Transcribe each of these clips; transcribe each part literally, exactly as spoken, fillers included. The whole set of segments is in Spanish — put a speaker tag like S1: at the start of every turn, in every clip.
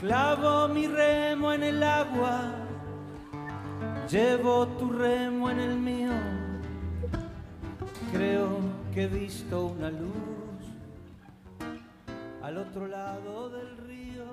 S1: Clavo mi remo en el agua, llevo tu remo en el mío. Creo que he visto una luz al otro lado del río.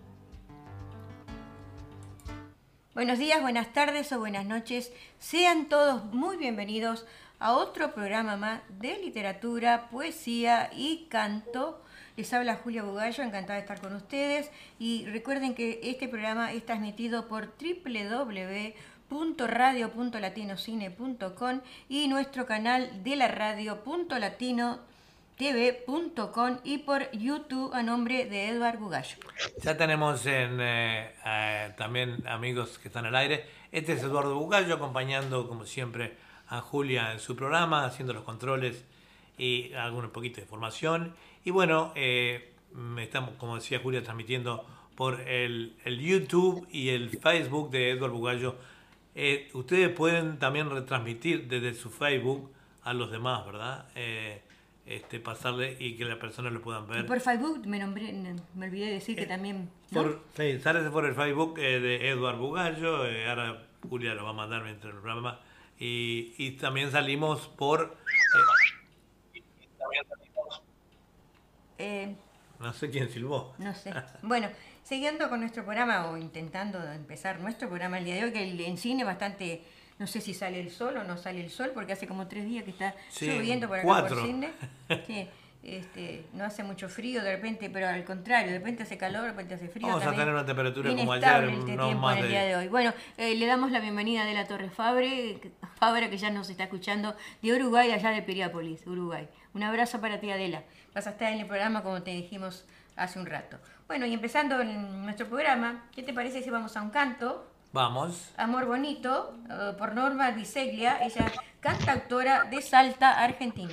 S2: Buenos días, buenas tardes o buenas noches. Sean todos muy bienvenidos a otro programa más de literatura, poesía y canto. Les habla Julia Bugallo, encantada de estar con ustedes. Y recuerden que este programa es transmitido por doble u doble u doble u punto radio punto latinocine punto com y nuestro canal de la radio punto latino t v punto com y por YouTube a nombre de Eduardo Bugallo.
S3: Ya tenemos en, eh, eh, también amigos que están al aire. Este es Eduardo Bugallo, acompañando como siempre a Julia en su programa, haciendo los controles y algún poquito de información. Y bueno, eh, estamos, como decía Julia, transmitiendo por el, el YouTube y el Facebook de Eduardo Bugallo. Eh, ustedes pueden también retransmitir desde su Facebook a los demás, ¿verdad? Eh, este, pasarle y que las personas lo puedan ver.
S2: Y por Facebook me nombré, me olvidé de decir
S3: eh,
S2: que también... ¿no?
S3: Por, sí, sale por el Facebook eh, de Eduardo Bugallo. Eh, ahora Julia lo va a mandar mientras el programa. Y, y también salimos por... Eh, y también salimos,
S2: eh,
S3: no sé quién silbó.
S2: No sé. Bueno, siguiendo con nuestro programa o intentando empezar nuestro programa el día de hoy, que el, en cine bastante... No sé si sale el sol o no sale el sol, porque hace como tres días que está
S3: Sí,
S2: lloviendo por acá
S3: cuatro.
S2: por Cine. Sí, este, no hace mucho frío de repente, pero al contrario, de repente hace calor, de repente hace frío.
S3: Vamos a
S2: también.
S3: tener una temperatura como
S2: Inestable
S3: ayer,
S2: este
S3: no
S2: tiempo
S3: más
S2: en el
S3: de-
S2: día de hoy. Bueno, eh, le damos la bienvenida a De la Torre Fabre, Fabra que ya nos está escuchando de Uruguay, allá de Piriápolis, Uruguay. Un abrazo para ti, Adela. Vas a estar en el programa como te dijimos hace un rato. Bueno, y empezando en nuestro programa, ¿qué te parece si vamos a un canto?
S3: Vamos.
S2: Amor Bonito, uh, por Norma Biseglia, ella cantautora de Salta, Argentina.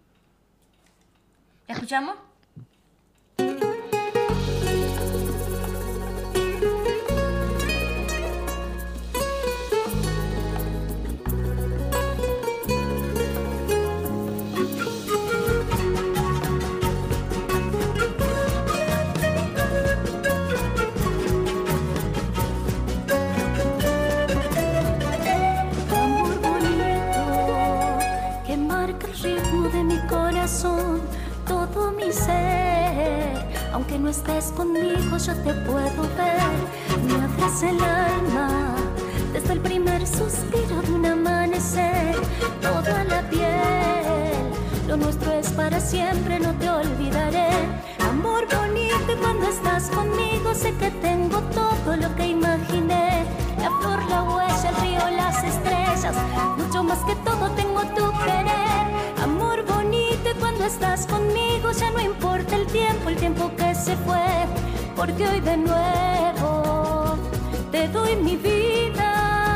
S2: ¿La escuchamos?
S4: Todo mi ser, aunque no estés conmigo yo te puedo ver. Me abraza el alma desde el primer suspiro de un amanecer. Toda la piel, lo nuestro es para siempre, no te olvidaré. Amor bonito, y cuando estás conmigo sé que tengo todo lo que imaginé. La flor, la huella, el río, las estrellas, mucho más que todo tengo tu querer. Amor bonito, y cuando estás conmigo ya no importa el tiempo, el tiempo que se fue, porque hoy de nuevo te doy mi vida.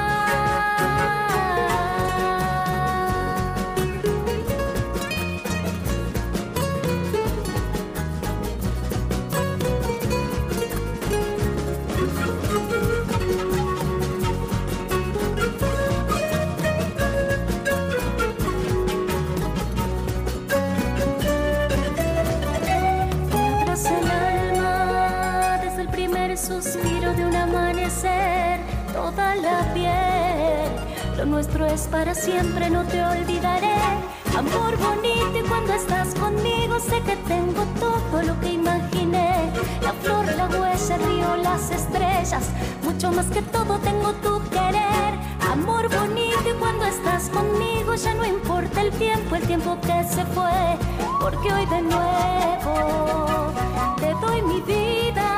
S4: Suspiro de un amanecer, toda la piel, lo nuestro es para siempre, no te olvidaré. Amor bonito, y cuando estás conmigo sé que tengo todo lo que imaginé. La flor, la huella, el río, las estrellas, mucho más que todo tengo tu querer. Amor bonito, y cuando estás conmigo ya no importa el tiempo, el tiempo que se fue, porque hoy de nuevo te doy mi vida.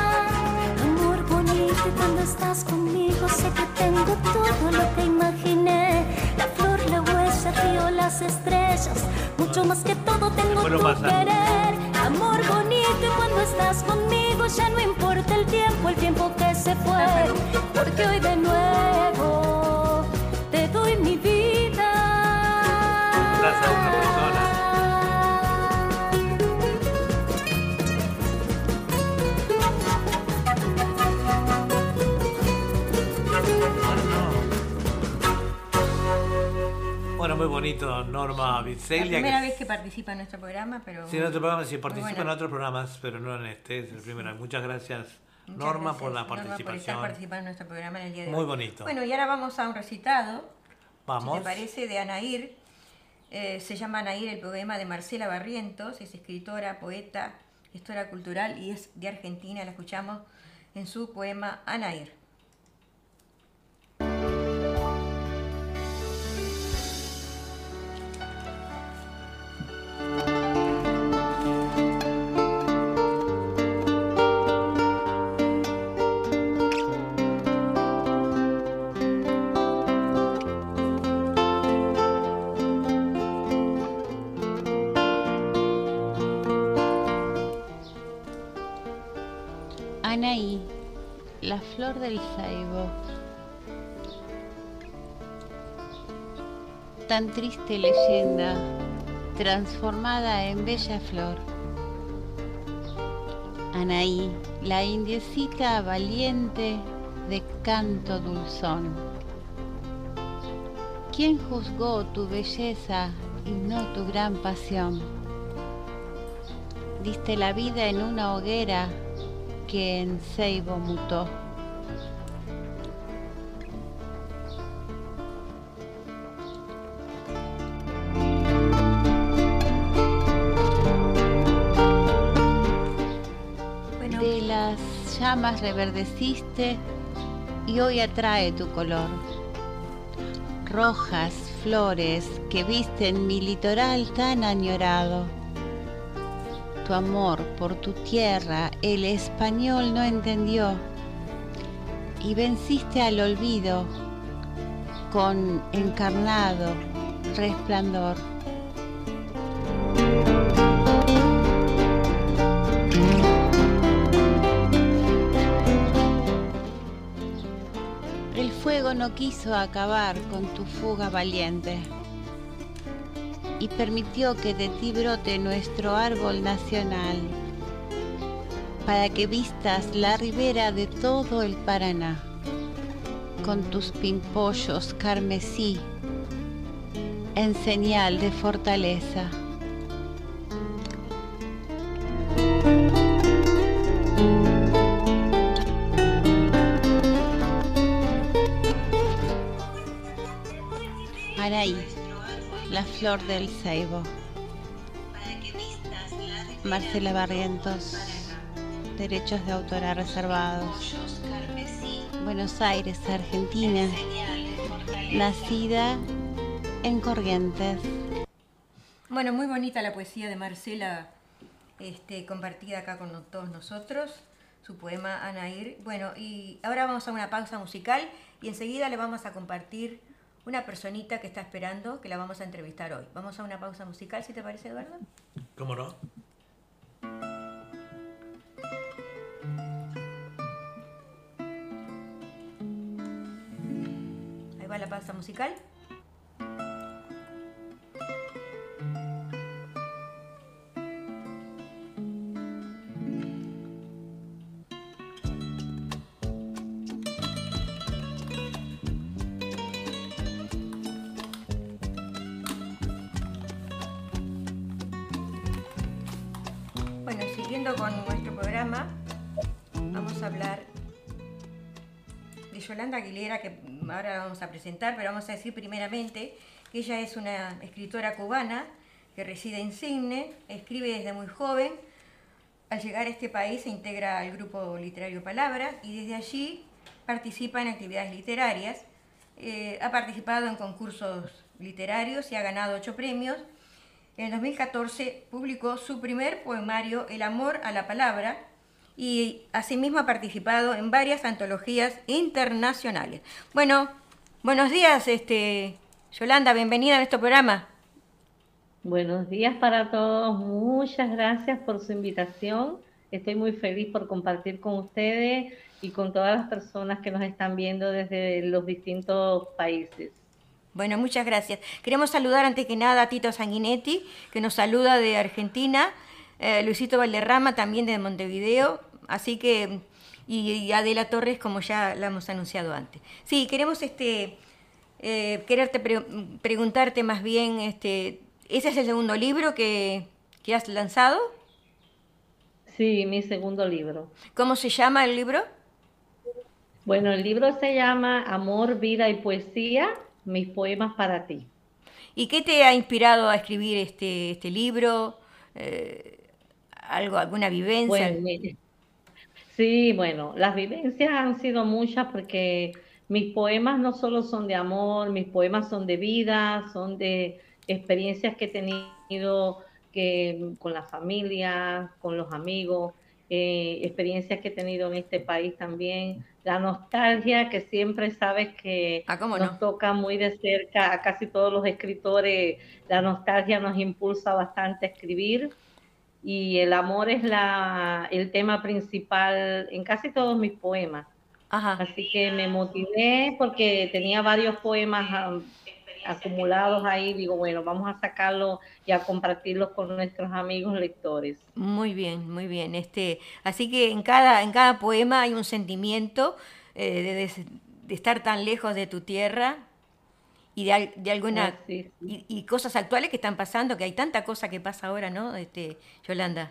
S4: Cuando estás conmigo sé que tengo todo lo que imaginé. La flor, la huella, el río, las estrellas, mucho más que todo tengo
S3: Bueno,
S4: tu
S3: pasa.
S4: querer. Amor bonito, y cuando estás conmigo ya no importa el tiempo, el tiempo que se fue, porque hoy de nuevo te doy mi vida.
S3: Gracias a otra persona. Bueno, muy bonito, Norma
S2: La
S3: Biseglia.
S2: primera vez que participa en nuestro programa, pero...
S3: Sí, en otro programa, sí, participa
S2: bueno.
S3: en otros programas, pero no en este, es el primero. Muchas gracias
S2: Muchas
S3: Norma,
S2: gracias,
S3: por la
S2: Norma,
S3: participación.
S2: por estar participando en nuestro programa en el día de
S3: Muy
S2: hoy.
S3: bonito.
S2: Bueno, y ahora vamos a un recitado,
S3: Vamos.
S2: si te parece, de Anaír. Eh, se llama Anaír el poema de Marcela Barrientos, es escritora, poeta, gestora cultural y es de Argentina. La escuchamos en su poema Anaír.
S5: Anaí, la flor del ceibo. Tan triste leyenda, transformada en bella flor. Anaí, la indiecita valiente de canto dulzón. ¿Quién juzgó tu belleza y no tu gran pasión? Diste la vida en una hoguera que en ceibo mutó. Bueno. De las llamas reverdeciste y hoy atrae tu color. Rojas flores que visten mi litoral tan añorado. Tu amor por tu tierra el español no entendió y venciste al olvido con encarnado resplandor. El fuego no quiso acabar con tu fuga valiente y permitió que de ti brote nuestro árbol nacional, para que vistas la ribera de todo el Paraná, con tus pimpollos carmesí, en señal de fortaleza. Anaí, la flor del ceibo. Marcela Barrientos, derechos de autora reservados. Buenos Aires, Argentina. Nacida en Corrientes.
S2: Bueno, muy bonita la poesía de Marcela, este, compartida acá con todos nosotros, su poema Anaír. Bueno, y ahora vamos a una pausa musical y enseguida le vamos a compartir una personita que está esperando, que la vamos a entrevistar hoy. Vamos a una pausa musical, si te parece, Eduardo.
S3: ¿Cómo no?
S2: Ahí va la pausa musical. Con nuestro programa vamos a hablar de Yolanda Aguilera, que ahora la vamos a presentar, pero vamos a decir primeramente que ella es una escritora cubana que reside en Sydney, escribe desde muy joven. Al llegar a este país se integra al grupo literario Palabra y desde allí participa en actividades literarias. Eh, ha participado en concursos literarios y ha ganado ocho premios. En dos mil catorce publicó su primer poemario, El amor a la palabra, y asimismo ha participado en varias antologías internacionales. Bueno, buenos días, este, Yolanda, bienvenida a nuestro programa.
S6: Buenos días para todos, muchas gracias por su invitación. Estoy muy feliz por compartir con ustedes y con todas las personas que nos están viendo desde los distintos países.
S2: Bueno, muchas gracias. Queremos saludar antes que nada a Tito Sanguinetti, que nos saluda de Argentina, eh, Luisito Valderrama también de Montevideo, así que, y, y Adela Torres, como ya la hemos anunciado antes. Sí, queremos este, eh, quererte pre preguntarte más bien, este, ¿ese es el segundo libro que, que has lanzado?
S6: Sí, mi segundo libro.
S2: ¿Cómo se llama el libro?
S6: Bueno, el libro se llama Amor, Vida y Poesía, mis poemas para ti.
S2: ¿Y qué te ha inspirado a escribir este, este libro? Eh, algo, ¿alguna vivencia?
S6: Bueno, mire, sí, bueno, las vivencias han sido muchas porque mis poemas no solo son de amor, mis poemas son de vida, son de experiencias que he tenido que, con la familia, con los amigos, eh, experiencias que he tenido en este país también, la nostalgia que siempre sabes que
S2: Ah, ¿cómo
S6: nos
S2: no?
S6: toca muy de cerca a casi todos los escritores, la nostalgia nos impulsa bastante a escribir y el amor es la, el tema principal en casi todos mis poemas.
S2: Ajá.
S6: Así que me motivé porque tenía varios poemas um, acumulados ahí. Digo, bueno, vamos a sacarlos y a compartirlos con nuestros amigos lectores.
S2: Muy bien, muy bien. Este, así que en cada, en cada poema hay un sentimiento eh, de, des- de estar tan lejos de tu tierra y de, al- de alguna
S6: Así,
S2: y, y cosas actuales que están pasando, que hay tanta cosa que pasa ahora, ¿no? Este, Yolanda.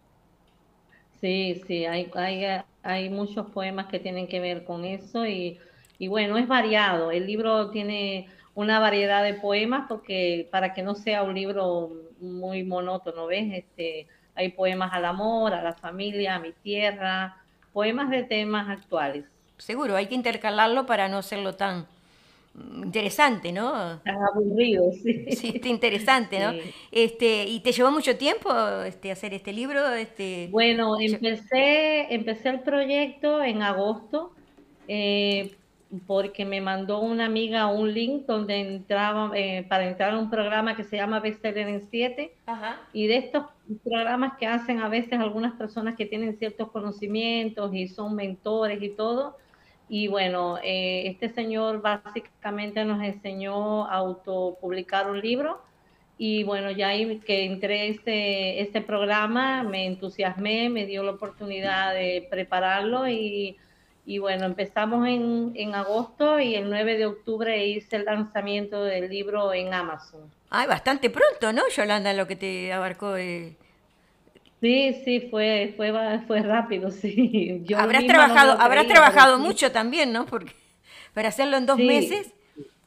S6: sí, sí, hay, hay, eh, hay muchos poemas que tienen que ver con eso y, y bueno, es variado. El libro tiene una variedad de poemas porque para que no sea un libro muy monótono, ¿ves? Este, hay poemas al amor, a la familia, a mi tierra, poemas de temas actuales.
S2: Seguro, hay que intercalarlo para no hacerlo tan mm, interesante, ¿no?
S6: Tan aburrido,
S2: Sí, está
S6: sí.
S2: interesante, ¿no?
S6: Sí.
S2: Este, ¿y te llevó mucho tiempo este, hacer este libro? Este,
S6: Bueno,
S2: yo-
S6: empecé, empecé el proyecto en agosto eh, porque me mandó una amiga un link donde entraba eh, para entrar a un programa que se llama Bestseller en siete
S2: Ajá.
S6: y de estos programas que hacen a veces algunas personas que tienen ciertos conocimientos y son mentores y todo. Y bueno, eh, este señor básicamente nos enseñó a autopublicar un libro y bueno, ya ahí que entré este, este programa, me entusiasmé, me dio la oportunidad de prepararlo y, y bueno, empezamos en, en agosto y el nueve de octubre hice el lanzamiento del libro en Amazon.
S2: Ay, bastante pronto, ¿no, Yolanda, lo que te abarcó? eh,
S6: Sí, sí, fue, fue, fue rápido, sí. Yo
S2: Habrás
S6: misma no me
S2: trabajado,
S6: lo
S2: habrás
S6: creía, pero
S2: trabajado
S6: sí,
S2: mucho también, ¿no? Porque para hacerlo en dos
S6: sí,
S2: meses.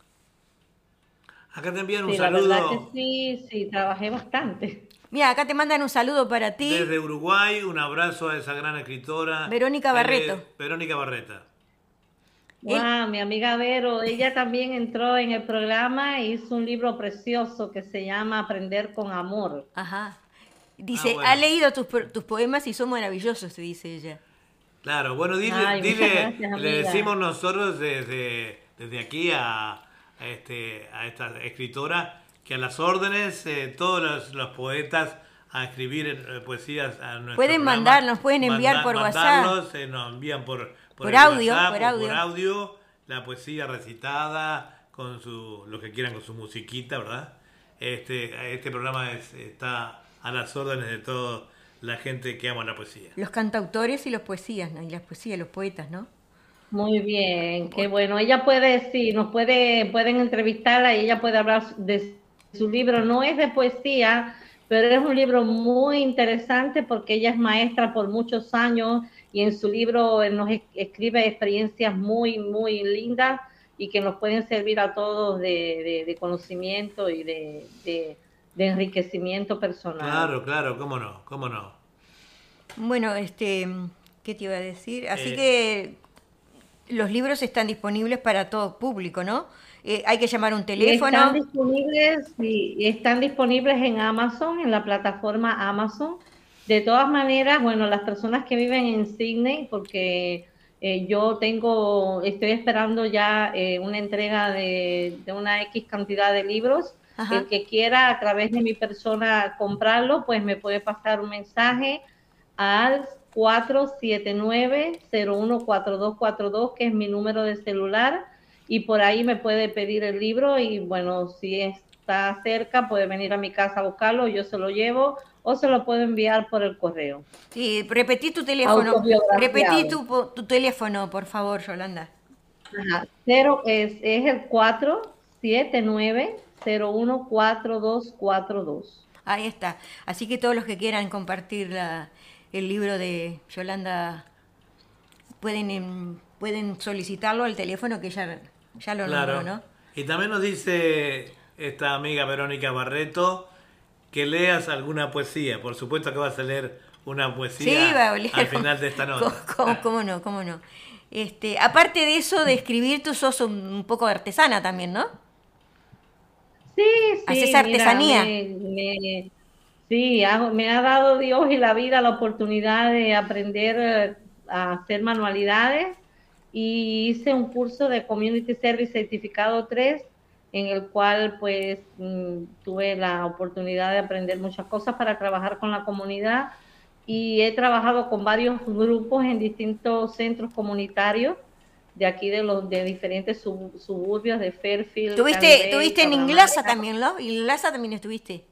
S3: Acá te envían un
S6: sí, la verdad que
S3: saludo
S6: sí, sí, trabajé bastante.
S2: Mira, acá te mandan un saludo para ti,
S3: desde Uruguay, un abrazo a esa gran escritora,
S2: Verónica
S3: él
S2: Barreto.
S3: es Verónica Barreta.
S2: Él,
S6: Wow, mi amiga Vero, ella también entró en el programa e hizo un libro precioso que se llama Aprender con Amor.
S2: ajá.
S3: Ah,
S2: Dice, ha
S3: bueno.
S2: leído tus, po- tus poemas y son maravillosos, te dice ella.
S3: Claro, bueno, dile,
S6: Ay, muchas
S3: dile,
S6: gracias,
S3: le
S6: amiga.
S3: decimos nosotros desde, desde aquí a, a este, a esta escritora que a las órdenes, eh, todos los, los poetas a escribir eh, poesías a nuestro
S2: Pueden
S3: programa,
S2: mandar, nos pueden enviar por WhatsApp.
S3: mandarlos, eh, nos envían por, por,
S2: Por
S3: el
S2: audio,
S3: WhatsApp
S2: por
S3: o
S2: audio.
S3: por audio la poesía recitada con su, lo que quieran con su musiquita, ¿verdad? Este, este programa es, está a las órdenes de toda la gente que ama la poesía.
S2: Los cantautores y los poesías, ¿no? Y las poesías, los poetas, ¿no?
S6: Muy bien, qué bueno. Ella puede, sí, nos puede, pueden entrevistarla y ella puede hablar de su libro. No es de poesía, pero es un libro muy interesante porque ella es maestra por muchos años y en su libro nos es- escribe experiencias muy, muy lindas y que nos pueden servir a todos de, de- de conocimiento y de, de- de enriquecimiento personal.
S3: Claro, claro, cómo no, cómo no.
S2: Bueno, este, ¿qué te iba a decir? Así
S3: Eh,
S2: que los libros están disponibles para todo público, ¿no? Eh, hay que llamar a un
S6: Y están
S2: teléfono.
S6: disponibles, sí, y están disponibles en Amazon, en la plataforma Amazon. De todas maneras, bueno, las personas que viven en Sydney, porque eh, yo tengo, estoy esperando ya eh, una entrega de, de una X cantidad de libros.
S2: Ajá.
S6: El que quiera a través de mi persona comprarlo, pues me puede pasar un mensaje al cuatro siete nueve, cero uno cuatro dos cuatro dos, que es mi número de celular, y por ahí me puede pedir el libro y bueno, si está cerca puede venir a mi casa a buscarlo, yo se lo llevo o se lo puedo enviar por el correo.
S2: Sí, repetí tu teléfono.
S6: Autobiografiado.
S2: Repetí tu, po- tu teléfono, por favor, Yolanda.
S6: Ajá. Cero es, es el cuatro siete nueve, cero uno cuatro dos cuatro dos.
S2: Ahí está. Así que todos los que quieran compartir la, el libro de Yolanda, pueden, em, pueden solicitarlo al teléfono que ella ya lo
S3: Claro.
S2: nombró, ¿no?
S3: Y también nos dice esta amiga Verónica Barreto que leas alguna poesía. Por supuesto que vas a leer una poesía
S2: Sí, va a leer.
S3: al final de esta nota.
S2: ¿Cómo, cómo, cómo no? ¿Cómo no? Este, aparte de eso, de escribir, tú sos un, un poco artesana también, ¿no?
S6: Sí, sí.
S2: ¿Haces
S6: mira,
S2: artesanía?
S6: me- me- sí, hago- me ha dado Dios y la vida la oportunidad de aprender eh, a hacer manualidades y hice un curso de Community Service Certificado tres en el cual pues mm, tuve la oportunidad de aprender muchas cosas para trabajar con la comunidad y he trabajado con varios grupos en distintos centros comunitarios de aquí de los de diferentes sub- suburbios de Fairfield.
S2: Tuviste,
S6: Caney,
S2: tuviste en
S6: Cabramatta.
S2: Inglasa también, ¿no? En Inglasa también estuviste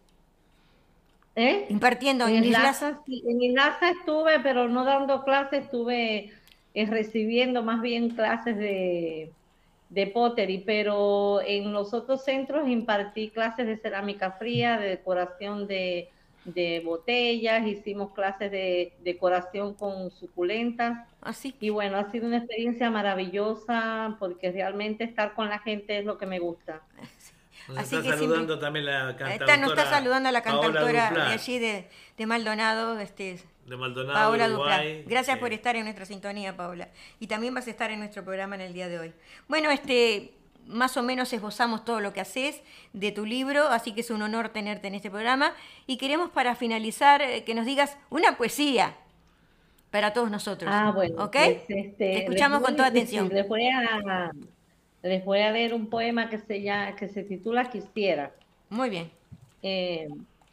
S6: ¿Eh?
S2: impartiendo en
S6: En
S2: Inglasa.
S6: Inglasa, sí, en Inglasa estuve, pero no dando clases, estuve eh, recibiendo más bien clases de, de pottery, pero en los otros centros impartí clases de cerámica fría, de decoración de, de botellas, hicimos clases de decoración con suculentas.
S2: Así.
S6: Y bueno, ha sido una experiencia maravillosa porque realmente estar con la gente es lo que me gusta.
S3: Nos
S2: Así
S3: está
S2: que
S3: saludando
S2: siempre-
S3: también la cantautora.
S2: Esta nos está saludando a la
S3: Paola
S2: cantautora
S3: Duplá,
S2: de allí de, de Maldonado, este,
S3: de Maldonado,
S2: Paola Duplá.
S3: Uruguay.
S2: Gracias
S3: Sí.
S2: por estar en nuestra sintonía, Paola. Y también vas a estar en nuestro programa en el día de hoy. Bueno, este, más o menos esbozamos todo lo que haces de tu libro, así que es un honor tenerte en este programa. Y queremos para finalizar eh, que nos digas una poesía para todos nosotros.
S6: Ah, bueno,
S2: ¿Ok?
S6: pues, este,
S2: Te escuchamos
S6: les
S2: con
S6: voy-
S2: toda
S6: sí,
S2: atención.
S6: Les voy a, les voy a leer un poema que se llama, que se titula Quisiera.
S2: Muy bien.
S6: Eh,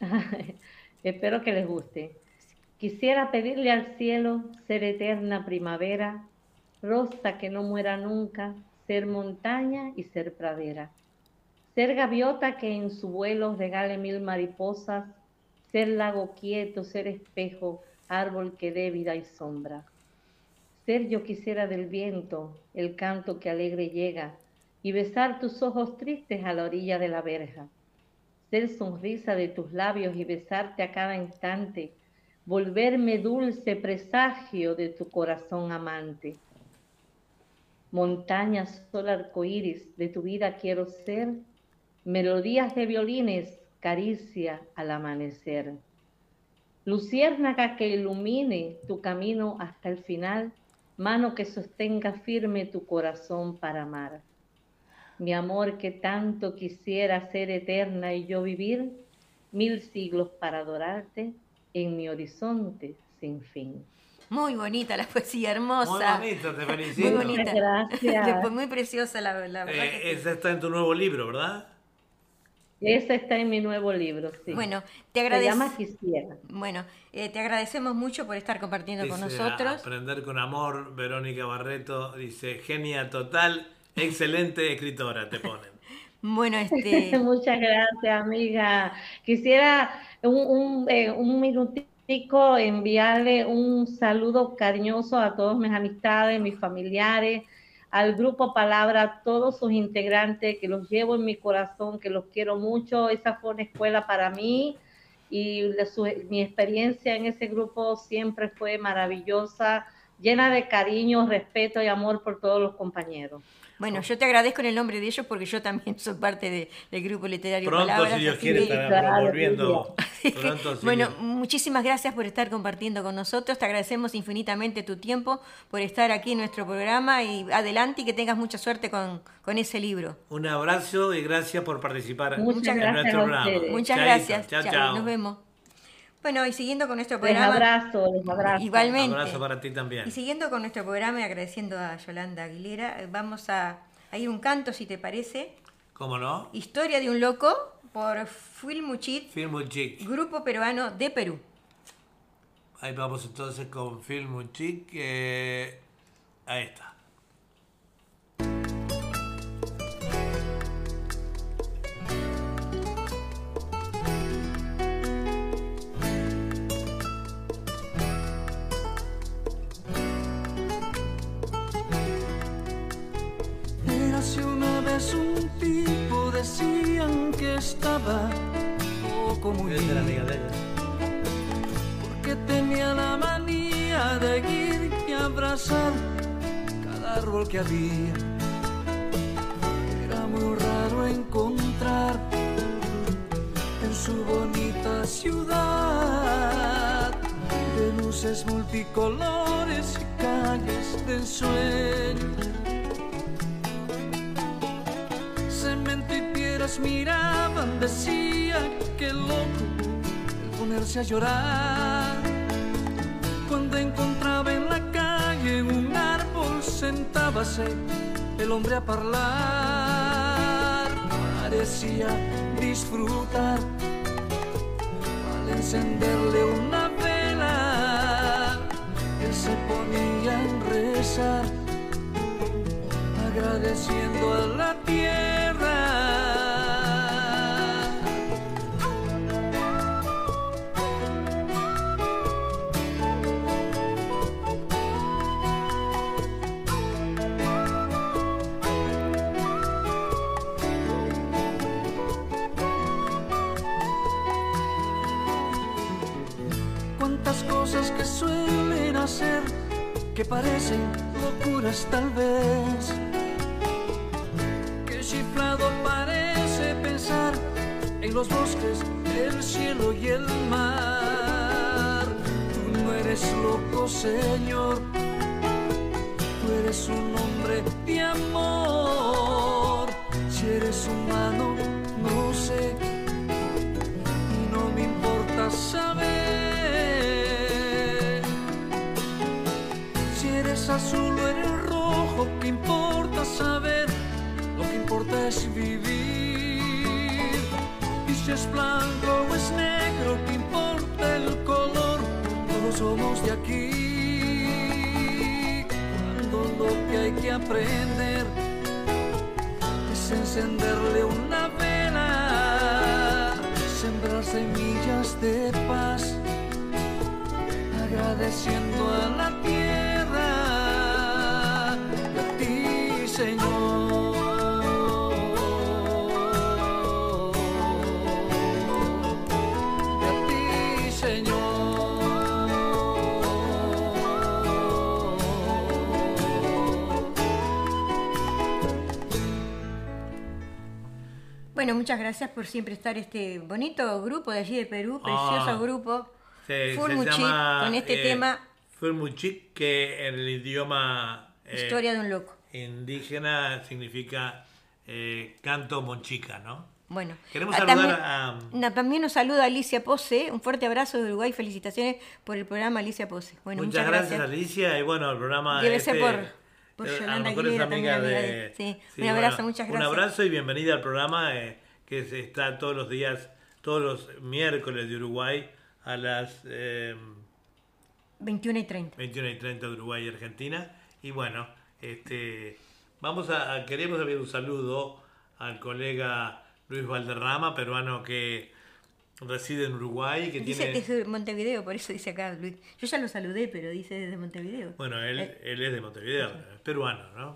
S6: espero que les guste. Quisiera pedirle al cielo ser eterna primavera, rosa que no muera nunca, ser montaña y ser pradera, ser gaviota que en su vuelo regale mil mariposas, ser lago quieto, ser espejo, árbol que dé vida y sombra. Ser yo quisiera del viento, el canto que alegre llega, y besar tus ojos tristes a la orilla de la verja. Ser sonrisa de tus labios y besarte a cada instante, volverme dulce presagio de tu corazón amante. Montaña, sol arcoíris, de tu vida quiero ser, melodías de violines, caricia al amanecer. Luciérnaga que ilumine tu camino hasta el final, mano que sostenga firme tu corazón para amar. Mi amor que tanto quisiera ser eterna y yo vivir mil siglos para adorarte en mi horizonte sin fin.
S2: Muy bonita la poesía, hermosa.
S3: Muy bonito, te felicito.
S2: Muy bonita.
S6: Muchas gracias.
S2: Fue muy preciosa la, la verdad.
S3: Eh,
S2: que sí.
S3: esa está en tu nuevo libro, ¿verdad?
S6: Ese está en mi nuevo libro, sí.
S2: Bueno, te
S6: Se
S2: agradecemos.
S6: llama Quisiera.
S2: Bueno, eh, te agradecemos mucho por estar compartiendo con
S3: Dice,
S2: nosotros.
S3: Aprender con amor, Verónica Barreto dice, genia total, excelente escritora, te ponen.
S2: Bueno, este,
S6: Muchas gracias, amiga. Quisiera un, un, eh, un minutico enviarle un saludo cariñoso a todos mis amistades, mis familiares, al grupo Palabra, a todos sus integrantes, que los llevo en mi corazón, que los quiero mucho. Esa fue una escuela para mí y la, su, mi experiencia en ese grupo siempre fue maravillosa, llena de cariño, respeto y amor por todos los compañeros.
S2: bueno, yo te agradezco en el nombre de ellos porque yo también soy parte de- del grupo literario
S3: Pronto,
S2: Palabras.
S3: si Dios
S2: así
S3: quiere,
S2: que-
S3: estará
S6: Claro,
S3: volviendo.
S2: así que,
S3: Pronto, si
S2: bueno,
S3: Dios-
S2: muchísimas gracias por estar compartiendo con nosotros. Te agradecemos infinitamente tu tiempo por estar aquí en nuestro programa y adelante y que tengas mucha suerte con, con ese libro.
S3: Un abrazo y gracias por participar
S6: Muchas
S3: en
S6: gracias
S3: nuestro
S6: a
S3: programa.
S6: ustedes.
S2: Muchas
S3: Chaito,
S2: gracias.
S3: Chao,
S2: Chao,
S3: chao.
S2: nos vemos. Bueno, y siguiendo con nuestro
S6: Les
S2: programa.
S6: abrazo, les abrazo.
S2: Igualmente.
S3: Abrazo para ti también.
S2: Y siguiendo con nuestro programa y agradeciendo a Yolanda Aguilera, eh, vamos a, a ir un canto, si te parece.
S3: ¿Cómo no?
S2: Historia de un loco por Filmuchit,
S3: Film Chic.
S2: grupo peruano de Perú.
S3: Ahí vamos entonces con Film Chic. Eh, ahí está.
S1: Érase una vez un tipo, decían que estaba poco muy
S3: Es de la amiga
S1: bien,
S3: de ella.
S1: porque que tenía la manía de ir y abrazar cada árbol que había. Era muy raro encontrar en su bonita ciudad de luces multicolores y calles de ensueño. Cemento y piedras miraban, decían que loco el ponerse a llorar. Cuando encontraba en la calle un árbol, sentábase el hombre a hablar. Parecía disfrutar al encenderle una vela. Él se ponía a rezar, agradeciendo a la tierra. Cuántas cosas que suelen hacer que parecen locuras tal vez. Qué chiflado parece pensar en los bosques, el cielo y el mar. Tú no eres loco, Señor, tú eres un hombre de amor. Si eres humano, no sé, y no me importa saber si eres azul o eres rojo. ¿Qué importa saber? Lo que importa es vivir. Y si es blanco o es negro, ¿qué importa el color? Todos somos de aquí. Cuando lo que hay que aprender es encenderle una vela, sembrar semillas de paz, agradeciendo a la tierra, a ti, Señor. A ti, Señor.
S2: Bueno, muchas gracias por siempre estar este bonito grupo de allí de Perú, precioso
S3: Ah,
S2: grupo.
S3: Se,
S2: Full
S3: se
S2: Muchik,
S3: llama,
S2: con este
S3: eh,
S2: tema
S3: Full Muchik, que en el idioma eh,
S2: Historia de un loco.
S3: indígena significa eh, canto monchica, ¿no?
S2: Bueno,
S3: Queremos
S2: ah,
S3: saludar
S2: también,
S3: a...
S2: na- también nos saluda Alicia Pose, un fuerte abrazo de Uruguay, felicitaciones por el programa Alicia Pose. Bueno,
S3: muchas,
S2: muchas,
S3: gracias, Alicia, y bueno, el programa
S2: Debe
S3: este,
S2: ser por, por
S3: eh, a lo
S2: Yolanda
S3: mejor es
S2: Aguilera,
S3: amiga
S2: también amiga
S3: de...
S2: de- sí,
S3: sí,
S2: un abrazo,
S3: bueno,
S2: muchas gracias.
S3: Un abrazo y bienvenida al programa eh, que se está todos los días, todos los miércoles de Uruguay a las eh,
S2: veintiuno y treinta.
S3: veintiuna y treinta de Uruguay y Argentina. Y bueno, este, vamos a, a- queremos enviar un saludo al colega Luis Valderrama, peruano que reside en Uruguay, que
S2: Dice
S3: tiene...
S2: desde Montevideo, por eso dice acá Luis. Yo ya lo saludé, pero dice desde Montevideo.
S3: Bueno, él,
S2: Eh,
S3: él es de Montevideo, es peruano, ¿no?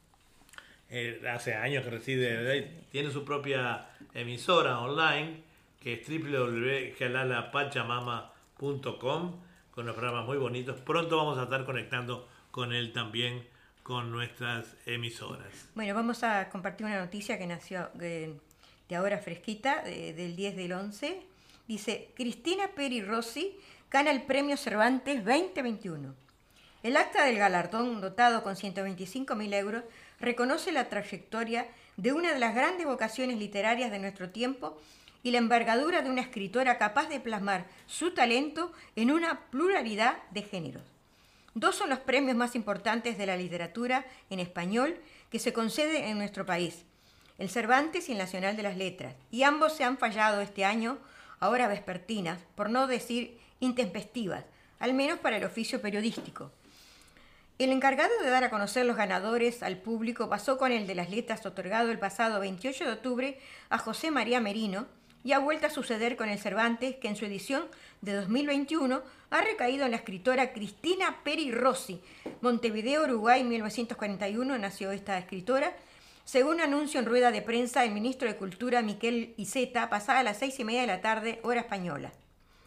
S3: Eh, hace años que reside ahí. Tiene su propia emisora online, que es doble u doble u doble u punto jalala pachamama punto com, con unos programas muy bonitos. Pronto vamos a estar conectando con él también, con nuestras emisoras.
S2: Bueno, vamos a compartir una noticia que nació eh, de ahora fresquita, de- del diez del once. Dice, Cristina Peri Rossi gana el Premio Cervantes veinte veintiuno. El acta del galardón, dotado con ciento veinticinco mil euros, reconoce la trayectoria de una de las grandes vocaciones literarias de nuestro tiempo y la envergadura de una escritora capaz de plasmar su talento en una pluralidad de géneros. Dos son los premios más importantes de la literatura en español que se concede en nuestro país, el Cervantes y el Nacional de las Letras, y ambos se han fallado este año a horas vespertinas, por no decir intempestivas, al menos para el oficio periodístico. El encargado de dar a conocer los ganadores al público pasó con el de las letras otorgado el pasado veintiocho de octubre a José María Merino y ha vuelto a suceder con el Cervantes, que en su edición de dos mil veintiuno ha recaído en la escritora Cristina Peri Rossi. Montevideo, Uruguay, mil novecientos cuarenta y uno nació esta escritora. Según anuncio en rueda de prensa, el ministro de Cultura, Miquel Iceta, pasada las seis y media de la tarde, hora española.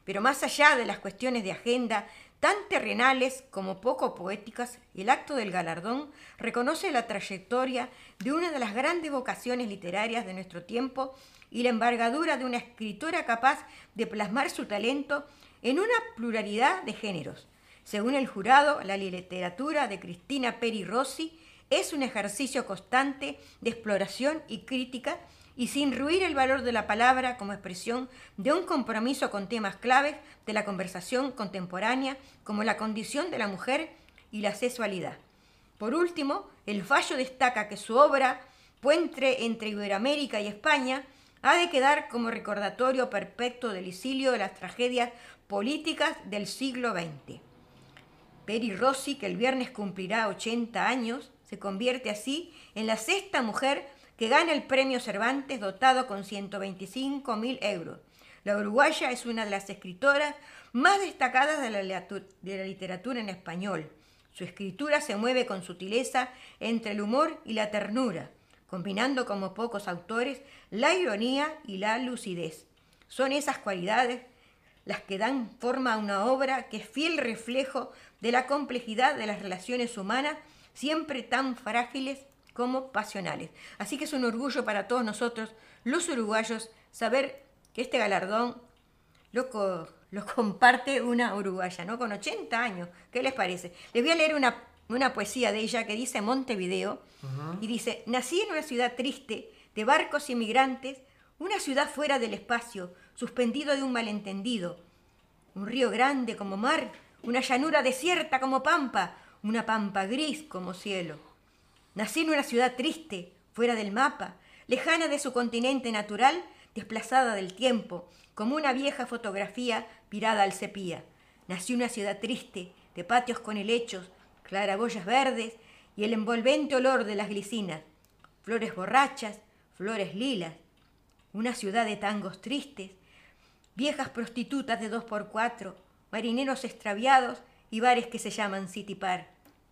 S2: Pero más allá de las cuestiones de agenda, tan terrenales como poco poéticas, el acto del galardón reconoce la trayectoria de una de las grandes vocaciones literarias de nuestro tiempo y la envergadura de una escritora capaz de plasmar su talento en una pluralidad de géneros. Según el jurado, la literatura de Cristina Peri Rossi es un ejercicio constante de exploración y crítica y sin ruir el valor de la palabra como expresión de un compromiso con temas claves de la conversación contemporánea como la condición de la mujer y la sexualidad. Por último, el fallo destaca que su obra, puente entre Iberoamérica y España, ha de quedar como recordatorio perpetuo del exilio de las tragedias políticas del siglo veinte. Peri Rossi, que el viernes cumplirá ochenta años, se convierte así en la sexta mujer que gana el premio Cervantes dotado con ciento veinticinco mil euros. La uruguaya es una de las escritoras más destacadas de la, de la literatura en español. Su escritura se mueve con sutileza entre el humor y la ternura, combinando como pocos autores la ironía y la lucidez. Son esas cualidades las que dan forma a una obra que es fiel reflejo de la complejidad de las relaciones humanas, siempre tan frágiles como pasionales. Así que es un orgullo para todos nosotros, los uruguayos, saber que este galardón lo, co lo comparte una uruguaya, ¿no? Con ochenta años. ¿Qué les parece? Les voy a leer una, una poesía de ella que dice Montevideo, uh-huh. y dice: nací en una ciudad triste, de barcos inmigrantes, una ciudad fuera del espacio, suspendido de un malentendido, un río grande como mar, una llanura desierta como pampa, una pampa gris como cielo. Nací en una ciudad triste, fuera del mapa, lejana de su continente natural, desplazada del tiempo, como una vieja fotografía virada al sepia. Nací en una ciudad triste, de patios con helechos, claraboyas verdes y el envolvente olor de las glicinas, flores borrachas, flores lilas. Una ciudad de tangos tristes, viejas prostitutas de dos por cuatro, marineros extraviados y bares que se llaman City Park.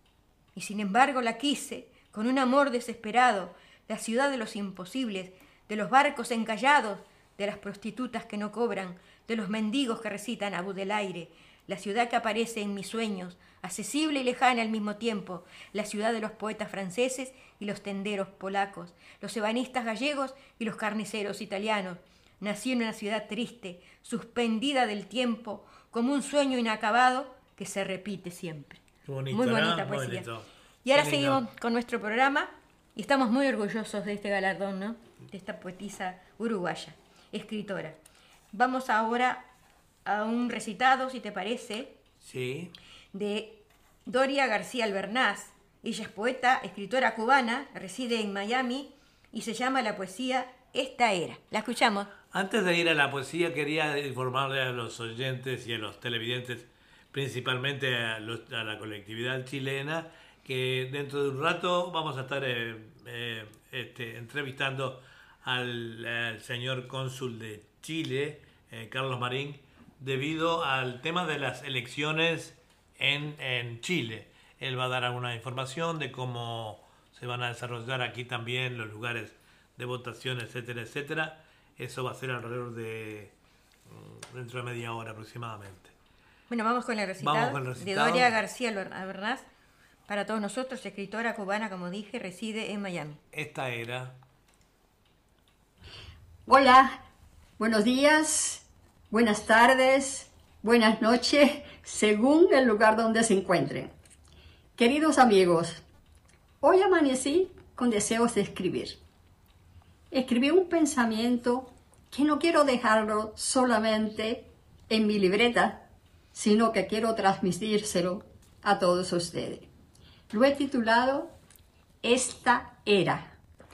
S2: Y sin embargo la quise, con un amor desesperado, la ciudad de los imposibles, de los barcos encallados, de las prostitutas que no cobran, de los mendigos que recitan a Baudelaire, la ciudad que aparece en mis sueños, accesible y lejana al mismo tiempo, la ciudad de los poetas franceses y los tenderos polacos, los ebanistas gallegos y los carniceros italianos. Nací en una ciudad triste, suspendida del tiempo, como un sueño inacabado que se repite siempre.
S3: Bonito,
S2: muy bonita
S3: ¿no?
S2: poesía.
S3: Bonito.
S2: Y ahora
S3: Qué
S2: seguimos
S3: lindo.
S2: con nuestro programa y estamos muy orgullosos de este galardón, ¿no? De esta poetisa uruguaya, escritora. Vamos ahora a un recitado, si te parece,
S3: sí.
S2: de Doria García Albernaz. Ella es poeta, escritora cubana, reside en Miami y se llama la poesía Esta Era. La escuchamos.
S3: Antes de ir a la poesía, quería informarle a los oyentes y a los televidentes, principalmente a, los, a la colectividad chilena, que dentro de un rato vamos a estar eh, eh, este, entrevistando al, al señor cónsul de Chile, eh, Carlos Marín, debido al tema de las elecciones en, en Chile. Él va a dar alguna información de cómo se van a desarrollar aquí también los lugares de votación, etcétera, etcétera. Eso va a ser alrededor de dentro de media hora aproximadamente.
S2: Bueno, vamos con el recitado,
S3: vamos con el recitado.
S2: de Doria García Albernaz. Para todos nosotros, escritora cubana, como dije, reside en Miami.
S3: Esta era...
S7: Hola, buenos días, buenas tardes, buenas noches, según el lugar donde se encuentren. Queridos amigos, hoy amanecí con deseos de escribir. Escribí un pensamiento que no quiero dejarlo solamente en mi libreta, sino que quiero transmitírselo a todos ustedes. Lo he titulado Esta Era.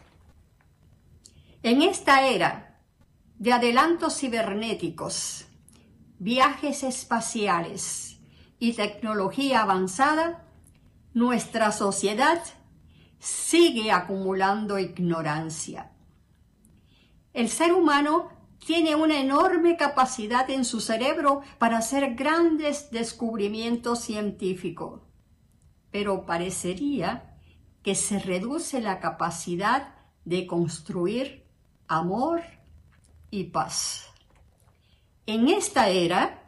S7: En esta era de adelantos cibernéticos, viajes espaciales y tecnología avanzada, nuestra sociedad sigue acumulando ignorancia. El ser humano tiene una enorme capacidad en su cerebro para hacer grandes descubrimientos científicos, pero parecería que se reduce la capacidad de construir amor y paz. En esta era,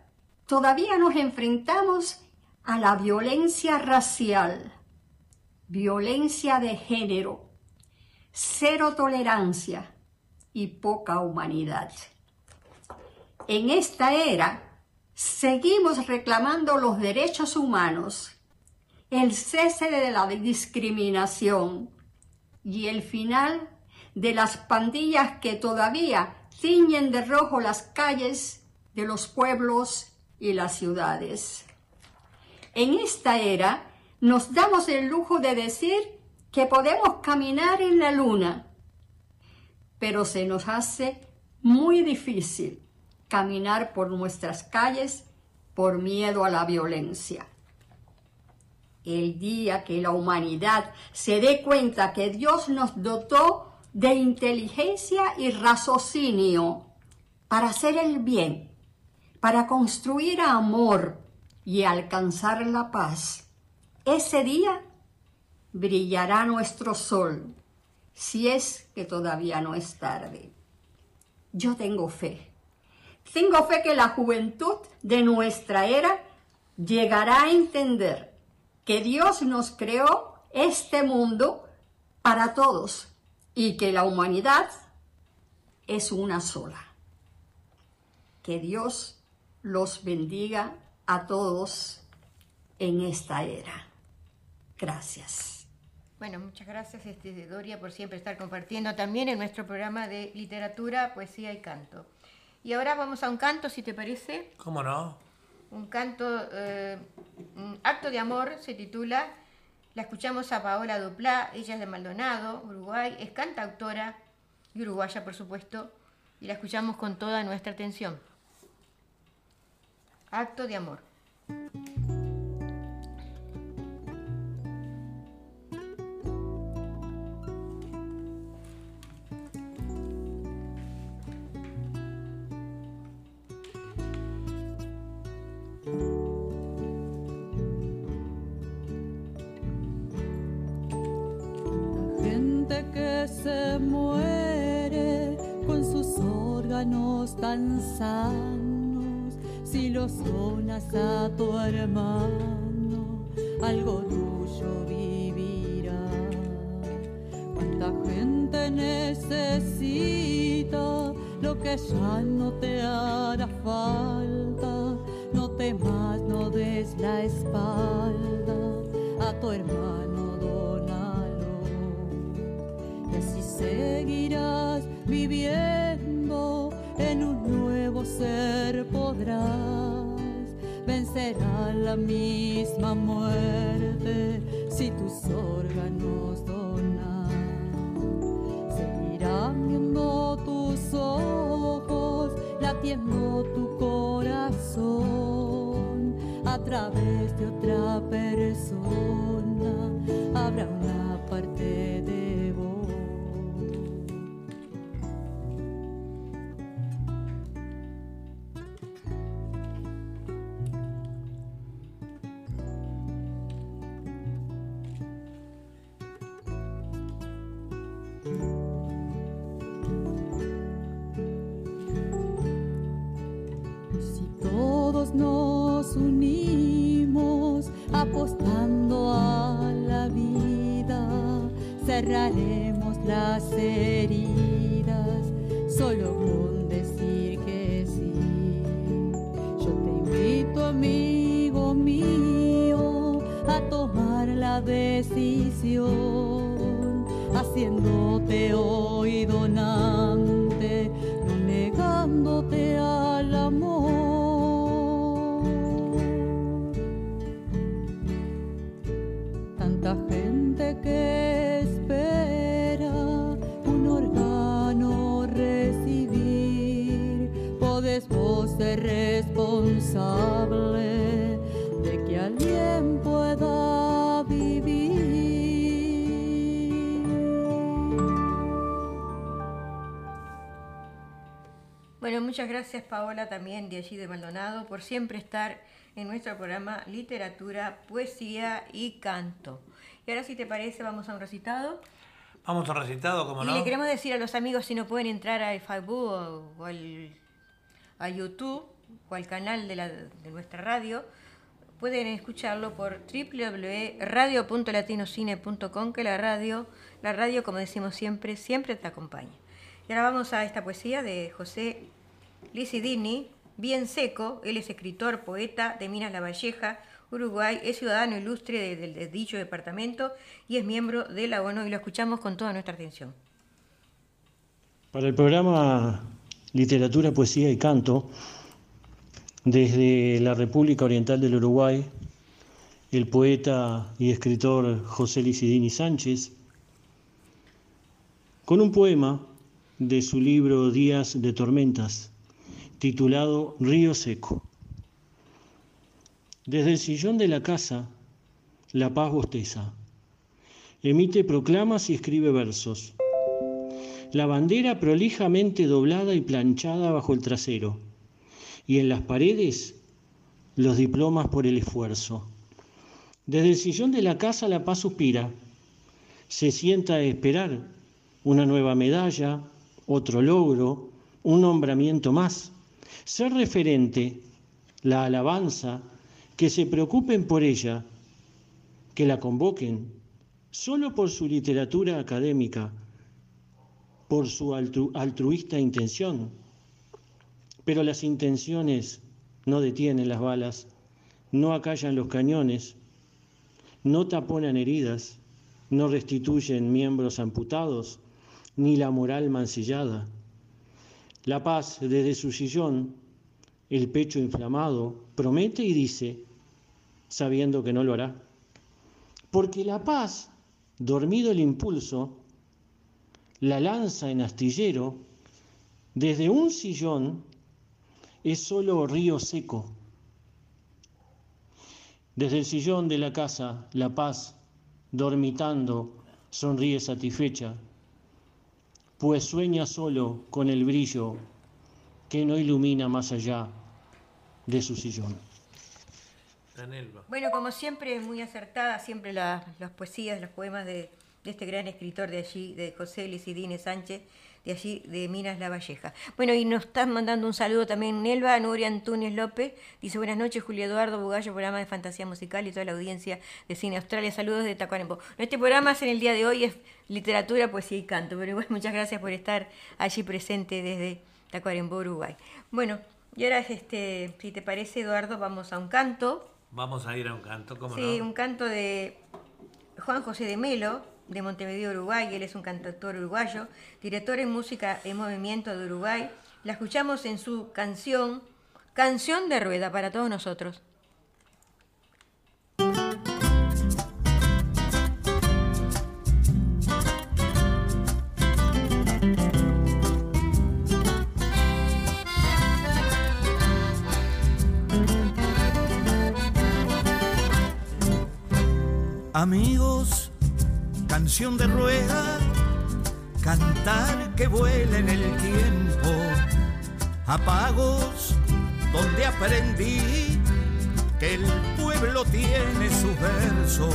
S7: todavía nos enfrentamos a la violencia racial, violencia de género, cero tolerancia y poca humanidad. En esta era, seguimos reclamando los derechos humanos, el cese de la discriminación y el final de las pandillas que todavía tiñen de rojo las calles de los pueblos y las ciudades. En esta era nos damos el lujo de decir que podemos caminar en la luna, pero se nos hace muy difícil caminar por nuestras calles por miedo a la violencia. El día que la humanidad se dé cuenta que Dios nos dotó de inteligencia y raciocinio para hacer el bien, para construir amor y alcanzar la paz, ese día brillará nuestro sol, si es que todavía no es tarde. Yo tengo fe. Tengo fe que la juventud de nuestra era llegará a entender que Dios nos creó este mundo para todos y que la humanidad es una sola. Que Dios los bendiga a todos en esta era. Gracias.
S2: Bueno, muchas gracias, este, Doria, por siempre estar compartiendo también en nuestro programa de literatura, poesía y canto. Y ahora vamos a un canto, si te parece.
S3: ¿Cómo no?
S2: Un canto, eh, un acto de amor, se titula. La escuchamos a Paola Duplá, ella es de Maldonado, Uruguay, es cantautora y uruguaya, por supuesto, y la escuchamos con toda nuestra atención. Acto de amor.
S8: Que se muere con sus órganos tan sanos, si los donas a tu hermano, algo tuyo vivirá. Cuánta gente necesita lo que ya no te hará falta. No temas, no des la espalda a tu hermano, dónalo. Y así seguirás viviendo, en un nuevo ser podrás vencer a la misma muerte si tus órganos donas. Seguirán viendo tus ojos, latiendo tu corazón, a través de otra persona habrá una parte de vos. Nos unimos apostando a la vida, cerraremos las heridas solo con decir que sí. Yo te invito, amigo mío, a tomar la decisión, haciéndote hoy donante, no negándote al amor. Gente que espera un órgano recibir, podés vos ser responsable de que alguien pueda vivir.
S2: Bueno, muchas gracias, Paola, también de allí de Maldonado, por siempre estar en nuestro programa Literatura, Poesía y Canto. Y ahora, si te parece, vamos a un recitado.
S3: Vamos a un recitado, como
S2: y
S3: no.
S2: le queremos decir a los amigos si no pueden entrar al Facebook o, o al, a YouTube, o al canal de, la, de nuestra radio, pueden escucharlo por doble u doble u doble u punto radio punto latinocine punto com, que la radio, la radio, como decimos siempre, siempre te acompaña. Y ahora vamos a esta poesía de José Licidini, Bien Seco. Él es escritor, poeta de Minas La Valleja, Uruguay, es ciudadano ilustre de, de, de dicho departamento y es miembro de la ONU, y lo escuchamos con toda nuestra atención.
S9: Para el programa Literatura, Poesía y Canto, desde la República Oriental del Uruguay, el poeta y escritor José Licidini Sánchez, con un poema de su libro Días de Tormentas, titulado Río Seco. Desde el sillón de la casa, la paz bosteza, emite proclamas y escribe versos. La bandera prolijamente doblada y planchada bajo el trasero, y en las paredes los diplomas por el esfuerzo. Desde el sillón de la casa la paz suspira, se sienta a esperar una nueva medalla, otro logro, un nombramiento más, ser referente, la alabanza, que se preocupen por ella, que la convoquen, solo por su literatura académica, por su altru- altruista intención. Pero las intenciones no detienen las balas, no acallan los cañones, no taponan heridas, no restituyen miembros amputados, ni la moral mancillada. La paz desde su sillón, el pecho inflamado, promete y dice, sabiendo que no lo hará. Porque la paz, dormido el impulso, la lanza en astillero, desde un sillón, es solo río seco. Desde el sillón de la casa, la paz, dormitando, sonríe satisfecha, pues sueña solo con el brillo que no ilumina más allá de su sillón.
S2: Bueno, como siempre, muy acertada, siempre la, las poesías, los poemas de, de este gran escritor de allí, de José Licidini Sánchez, de allí, de Minas La Valleja. Bueno, y nos están mandando un saludo también Nelva Nuria Antunes López, dice buenas noches, Julio Eduardo Bugallo, programa de fantasía musical y toda la audiencia de Cine Australia, saludos de Tacuarembó. Este programa en el día de hoy es literatura, poesía y canto, pero igual muchas gracias por estar allí presente desde Tacuarembó, Uruguay. Bueno, y ahora, este, si te parece, Eduardo, vamos a un canto.
S3: Vamos a ir a un canto, ¿cómo
S2: sí,
S3: no?
S2: Sí, un canto de Juan José de Melo, de Montevideo, Uruguay. Él es un cantautor uruguayo, director en música en movimiento de Uruguay. La escuchamos en su canción, Canción de Rueda, para todos nosotros.
S10: Amigos, canción de rueda, cantar que vuela en el tiempo, apagos donde aprendí que el pueblo tiene sus versos,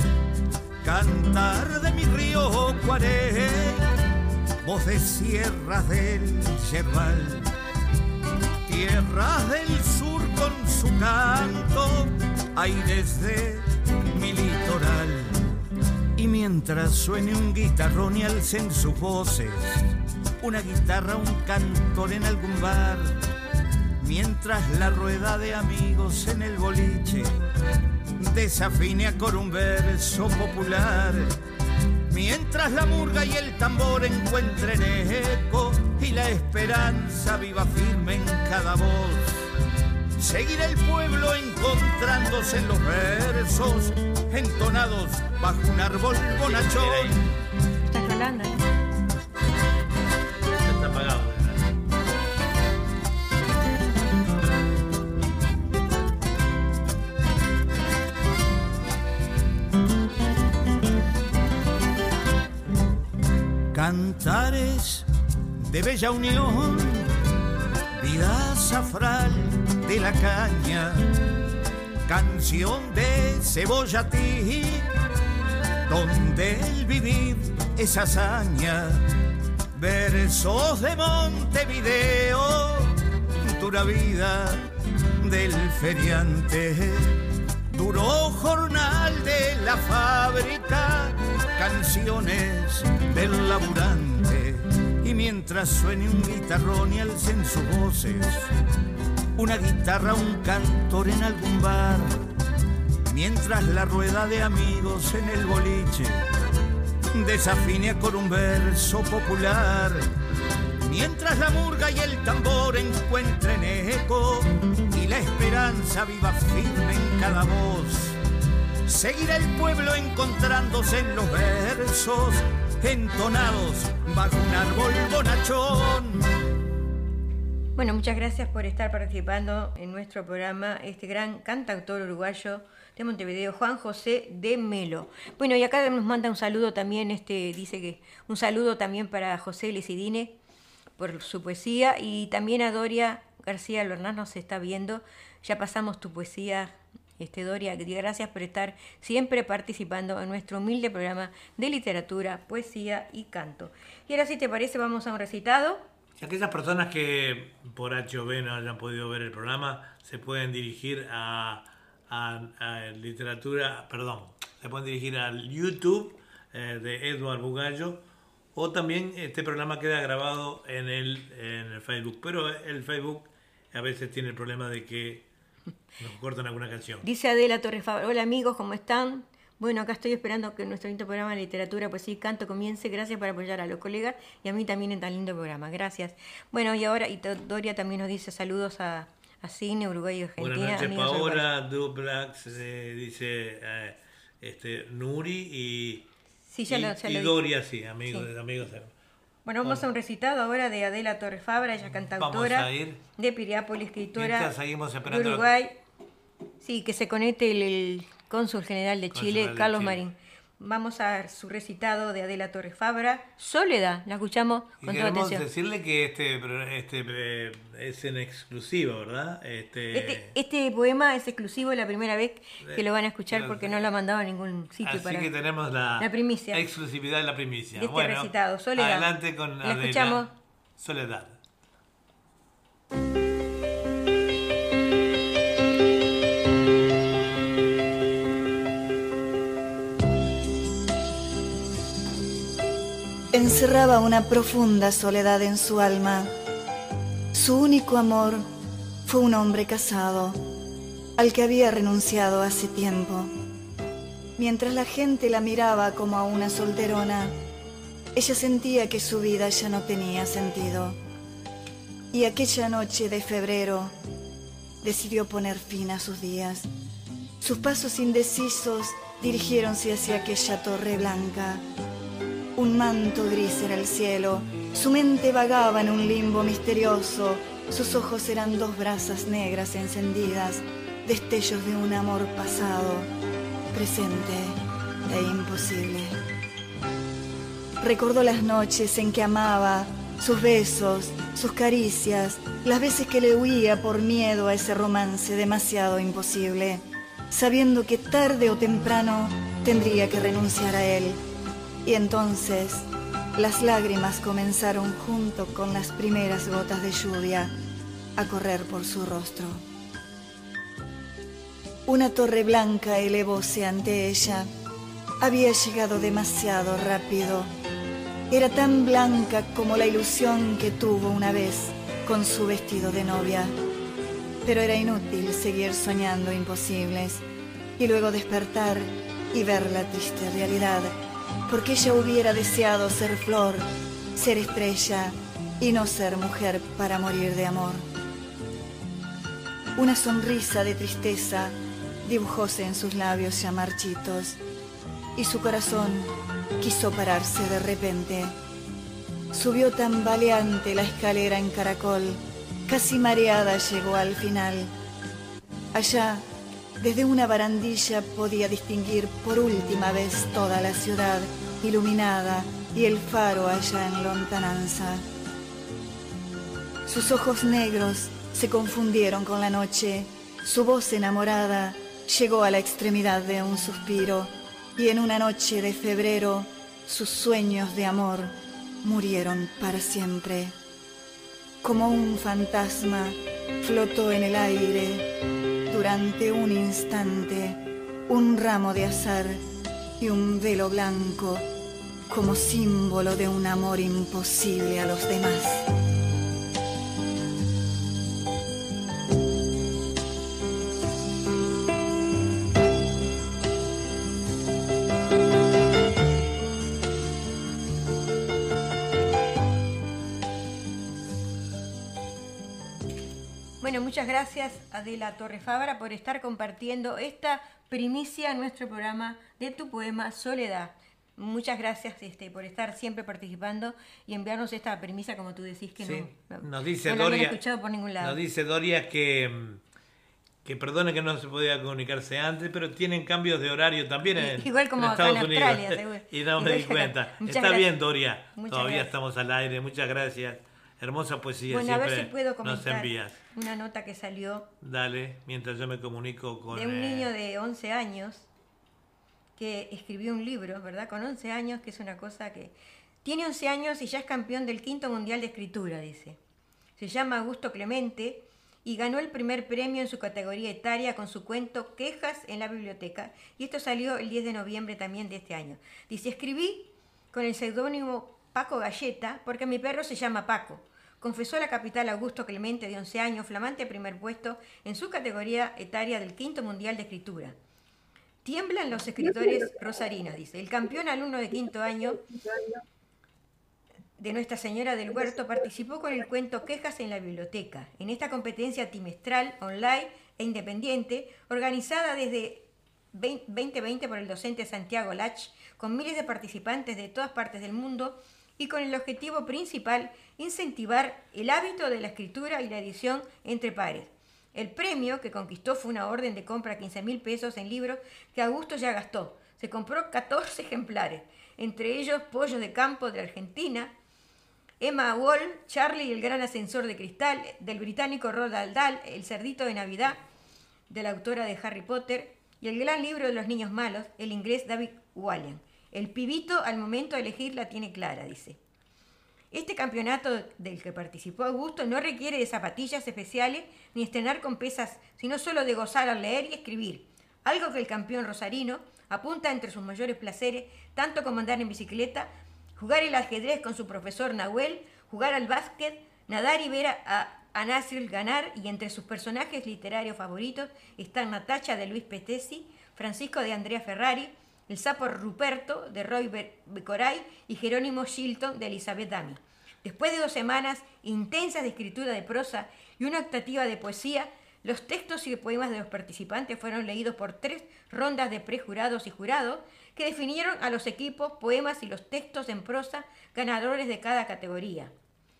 S10: cantar de mi río Cuaré, voz de sierras del Yerbal, tierras del sur con su canto, aires de mi litoral. Y mientras suene un guitarrón y alcen sus voces, una guitarra, un cantor en algún bar, mientras la rueda de amigos en el boliche desafine a coro un verso popular, mientras la murga y el tambor encuentren eco y la esperanza viva firme en cada voz, seguir el pueblo encontrándose en los versos entonados bajo un árbol bonachón.
S2: Está Yolanda, ¿eh?
S3: Está apagado.
S10: Cantares de bella unión, vida azafral de la caña, canción de Cebollatí, donde el vivir es hazaña, versos de Montevideo, dura vida del feriante, duro jornal de la fábrica, canciones del laburante, y mientras suene un guitarrón y alcen sus voces, una guitarra, un cantor en algún bar, mientras la rueda de amigos en el boliche desafine con un verso popular, mientras la murga y el tambor encuentren eco y la esperanza viva firme en cada voz, seguirá el pueblo encontrándose en los versos entonados bajo un árbol bonachón.
S2: Bueno, muchas gracias por estar participando en nuestro programa, este gran cantautor uruguayo de Montevideo, Juan José de Melo. Bueno, y acá nos manda un saludo también, este dice que un saludo también para José Lecidine por su poesía, y también a Doria García Albernaz nos está viendo. Ya pasamos tu poesía, este Doria, gracias por estar siempre participando en nuestro humilde programa de literatura, poesía y canto. Y ahora, si te parece, vamos a un recitado.
S3: Y aquellas personas que por H o B no hayan podido ver el programa, se pueden dirigir a, a, a literatura, perdón, se pueden dirigir al YouTube eh, de Edward Bugallo, o también este programa queda grabado en el, en el Facebook, pero el Facebook a veces tiene el problema de que nos cortan alguna canción.
S2: Dice Adela Torres Fabra, hola amigos, ¿cómo están? Bueno, acá estoy esperando que nuestro lindo programa de literatura, poesía y canto comience. Gracias por apoyar a los colegas y a mí también en tan lindo programa. Gracias. Bueno, y ahora, y Doria también nos dice saludos a, a Cine, Uruguay y Argentina.
S3: Buenas noches, Paola, Duplex, eh, dice eh, este, Nuri y,
S2: sí, ya
S3: y,
S2: lo, ya
S3: y
S2: lo
S3: Doria, sí, amigos.
S2: Sí.
S3: amigos.
S2: Bueno, vamos bueno. a un recitado ahora de Adela Torres Fabra, ella cantautora de Piriápolis, escritora de Uruguay. Sí, que se conecte el, el cónsul general de Chile, Consular Carlos de Chile. Marín. Vamos a su recitado de Adela Torres Fabra, Soledad. La escuchamos con
S3: y
S2: toda atención.
S3: Queremos decirle que este, este eh, es en exclusivo, ¿verdad? Este...
S2: Este, este poema es exclusivo, es la primera vez que lo van a escuchar
S3: eh,
S2: porque no lo ha mandado a ningún sitio.
S3: Así
S2: para
S3: que tenemos la,
S2: la primicia.
S3: exclusividad de la primicia.
S2: De este
S3: bueno,
S2: recitado, Soledad.
S3: Adelante con
S2: la
S3: Adela.
S2: Escuchamos.
S3: Soledad.
S11: Encerraba una profunda soledad en su alma. Su único amor fue un hombre casado, al que había renunciado hace tiempo. Mientras la gente la miraba como a una solterona, ella sentía que su vida ya no tenía sentido. Y aquella noche de febrero decidió poner fin a sus días. Sus pasos indecisos dirigiéronse hacia aquella torre blanca. Un manto gris era el cielo, su mente vagaba en un limbo misterioso, sus ojos eran dos brasas negras encendidas, destellos de un amor pasado, presente e imposible. Recordó las noches en que amaba, sus besos, sus caricias, las veces que le huía por miedo a ese romance demasiado imposible, sabiendo que tarde o temprano tendría que renunciar a él. Y entonces las lágrimas comenzaron junto con las primeras gotas de lluvia a correr por su rostro. Una torre blanca elevóse ante ella. Había llegado demasiado rápido. Era tan blanca como la ilusión que tuvo una vez con su vestido de novia. Pero era inútil seguir soñando imposibles y luego despertar y ver la triste realidad, porque ella hubiera deseado ser flor, ser estrella y no ser mujer para morir de amor. Una sonrisa de tristeza dibujóse en sus labios ya marchitos y su corazón quiso pararse de repente. Subió tambaleante la escalera en caracol, casi mareada llegó al final. Allá, desde una barandilla podía distinguir por última vez toda la ciudad iluminada y el faro allá en lontananza. Sus ojos negros se confundieron con la noche, su voz enamorada llegó a la extremidad de un suspiro y en una noche de febrero sus sueños de amor murieron para siempre. Como un fantasma, flotó en el aire durante un instante un ramo de azar y un velo blanco como símbolo de un amor imposible a los demás.
S2: Bueno, muchas gracias Adela Torre Fabra por estar compartiendo esta primicia en nuestro programa de tu poema Soledad. Muchas gracias este, por estar siempre participando y enviarnos esta primicia, como tú decís, que
S3: sí.
S2: no, no,
S3: nos dice
S2: no la
S3: Doria,
S2: habían escuchado por ningún lado.
S3: Nos dice Doria que, que perdone que no se podía comunicarse antes, pero tienen cambios de horario también en,
S2: Igual como
S3: en
S2: acá
S3: Estados
S2: en
S3: Unidos.
S2: Australia, seguro.
S3: Y no me di cuenta.
S2: Muchas
S3: Está
S2: gracias.
S3: bien, Doria.
S2: Muchas
S3: Todavía
S2: gracias.
S3: estamos al aire. Muchas gracias. Hermosa poesía
S2: Bueno, a
S3: siempre
S2: ver si puedo
S3: nos
S2: comentar
S3: envías.
S2: una nota que salió
S3: Dale, mientras yo me comunico con...
S2: de un
S3: eh,
S2: niño de once años que escribió un libro, ¿verdad? Con once años, que es una cosa que... Tiene once años y ya es campeón del quinto mundial de escritura, dice. Se llama Augusto Clemente y ganó el primer premio en su categoría etaria con su cuento Quejas en la biblioteca. Y esto salió el diez de noviembre también de este año. Dice, escribí con el seudónimo Paco Galleta porque mi perro se llama Paco. Confesó la capital Augusto Clemente, de once años, flamante primer puesto en su categoría etaria del quinto mundial de escritura. Tiemblan los escritores rosarinos, dice. El campeón alumno de quinto año de Nuestra Señora del Huerto participó con el cuento Quejas en la biblioteca, en esta competencia trimestral, online e independiente, organizada desde veinte veinte por el docente Santiago Lach, con miles de participantes de todas partes del mundo y con el objetivo principal incentivar el hábito de la escritura y la edición entre pares. El premio que conquistó fue una orden de compra de quince mil pesos en libros que Augusto ya gastó. Se compró catorce ejemplares, entre ellos Pollos de Campo de Argentina, Emma Wall, Charlie y el gran ascensor de cristal, del británico Roald Dahl, El cerdito de Navidad, de la autora de Harry Potter, y el gran libro de los niños malos, el inglés David Walliam. El pibito al momento de elegir la tiene clara, dice. Este campeonato del que participó Augusto no requiere de zapatillas especiales ni estrenar con pesas, sino solo de gozar al leer y escribir. Algo que el campeón rosarino apunta entre sus mayores placeres, tanto como andar en bicicleta, jugar el ajedrez con su profesor Nahuel, jugar al básquet, nadar y ver a, a Nasir ganar, y entre sus personajes literarios favoritos están Natacha de Luis Petesi, Francisco de Andrea Ferrari, el sapo Ruperto de Roy Becoray y Jerónimo Shilton de Elizabeth Dami. Después de dos semanas intensas de escritura de prosa y una octativa de poesía, los textos y poemas de los participantes fueron leídos por tres rondas de prejurados y jurados que definieron a los equipos, poemas y los textos en prosa ganadores de cada categoría.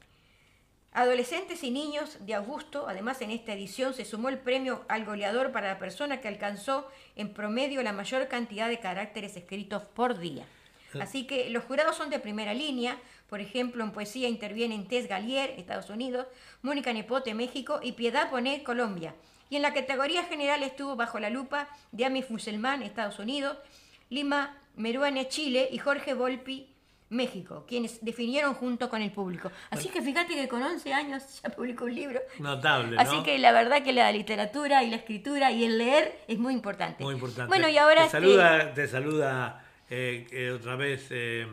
S2: Adolescentes y niños de Augusto, además en esta edición se sumó el premio al goleador para la persona que alcanzó en promedio la mayor cantidad de caracteres escritos por día. Así que los jurados son de primera línea. Por ejemplo, en poesía intervienen Tess Gallier, Estados Unidos, Mónica Nepote, México, y Piedad Bonet, Colombia. Y en la categoría general estuvo bajo la lupa de Ami Fusselman, Estados Unidos, Lima Meruane, Chile, y Jorge Volpi, México, quienes definieron junto con el público. Así que fíjate que con once años ya publicó un libro.
S3: Notable, ¿no?
S2: Así que la verdad que la literatura y la escritura y el leer es muy importante.
S3: Muy importante.
S2: Bueno, y ahora...
S3: Te saluda, te saluda eh, eh, otra vez eh,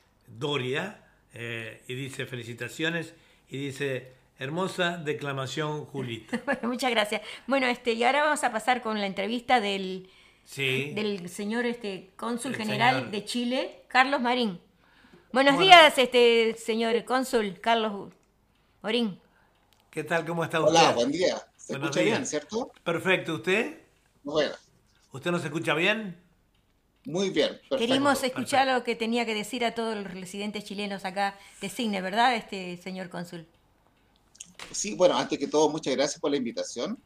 S3: Doria, eh, y dice felicitaciones, y dice hermosa declamación, Julita.
S2: Bueno, muchas gracias. Bueno, este, y ahora vamos a pasar con la entrevista del,
S3: sí.
S2: del señor este, cónsul
S3: El
S2: general
S3: señor.
S2: de Chile, Carlos Marín. Buenos
S3: Bueno.
S2: días, este señor cónsul Carlos Marín.
S3: ¿Qué tal? ¿Cómo está usted?
S12: Hola, buen día. ¿Se
S3: Buenos
S12: escucha
S3: días.
S12: bien, cierto?
S3: Perfecto. ¿Usted?
S12: Bueno,
S3: ¿Usted nos escucha bien?
S12: muy bien. Perfecto.
S2: Queríamos escuchar lo que tenía que decir a todos los residentes chilenos acá de Cigna, ¿verdad, este señor cónsul?
S12: Sí, bueno, antes que todo, muchas gracias por la invitación.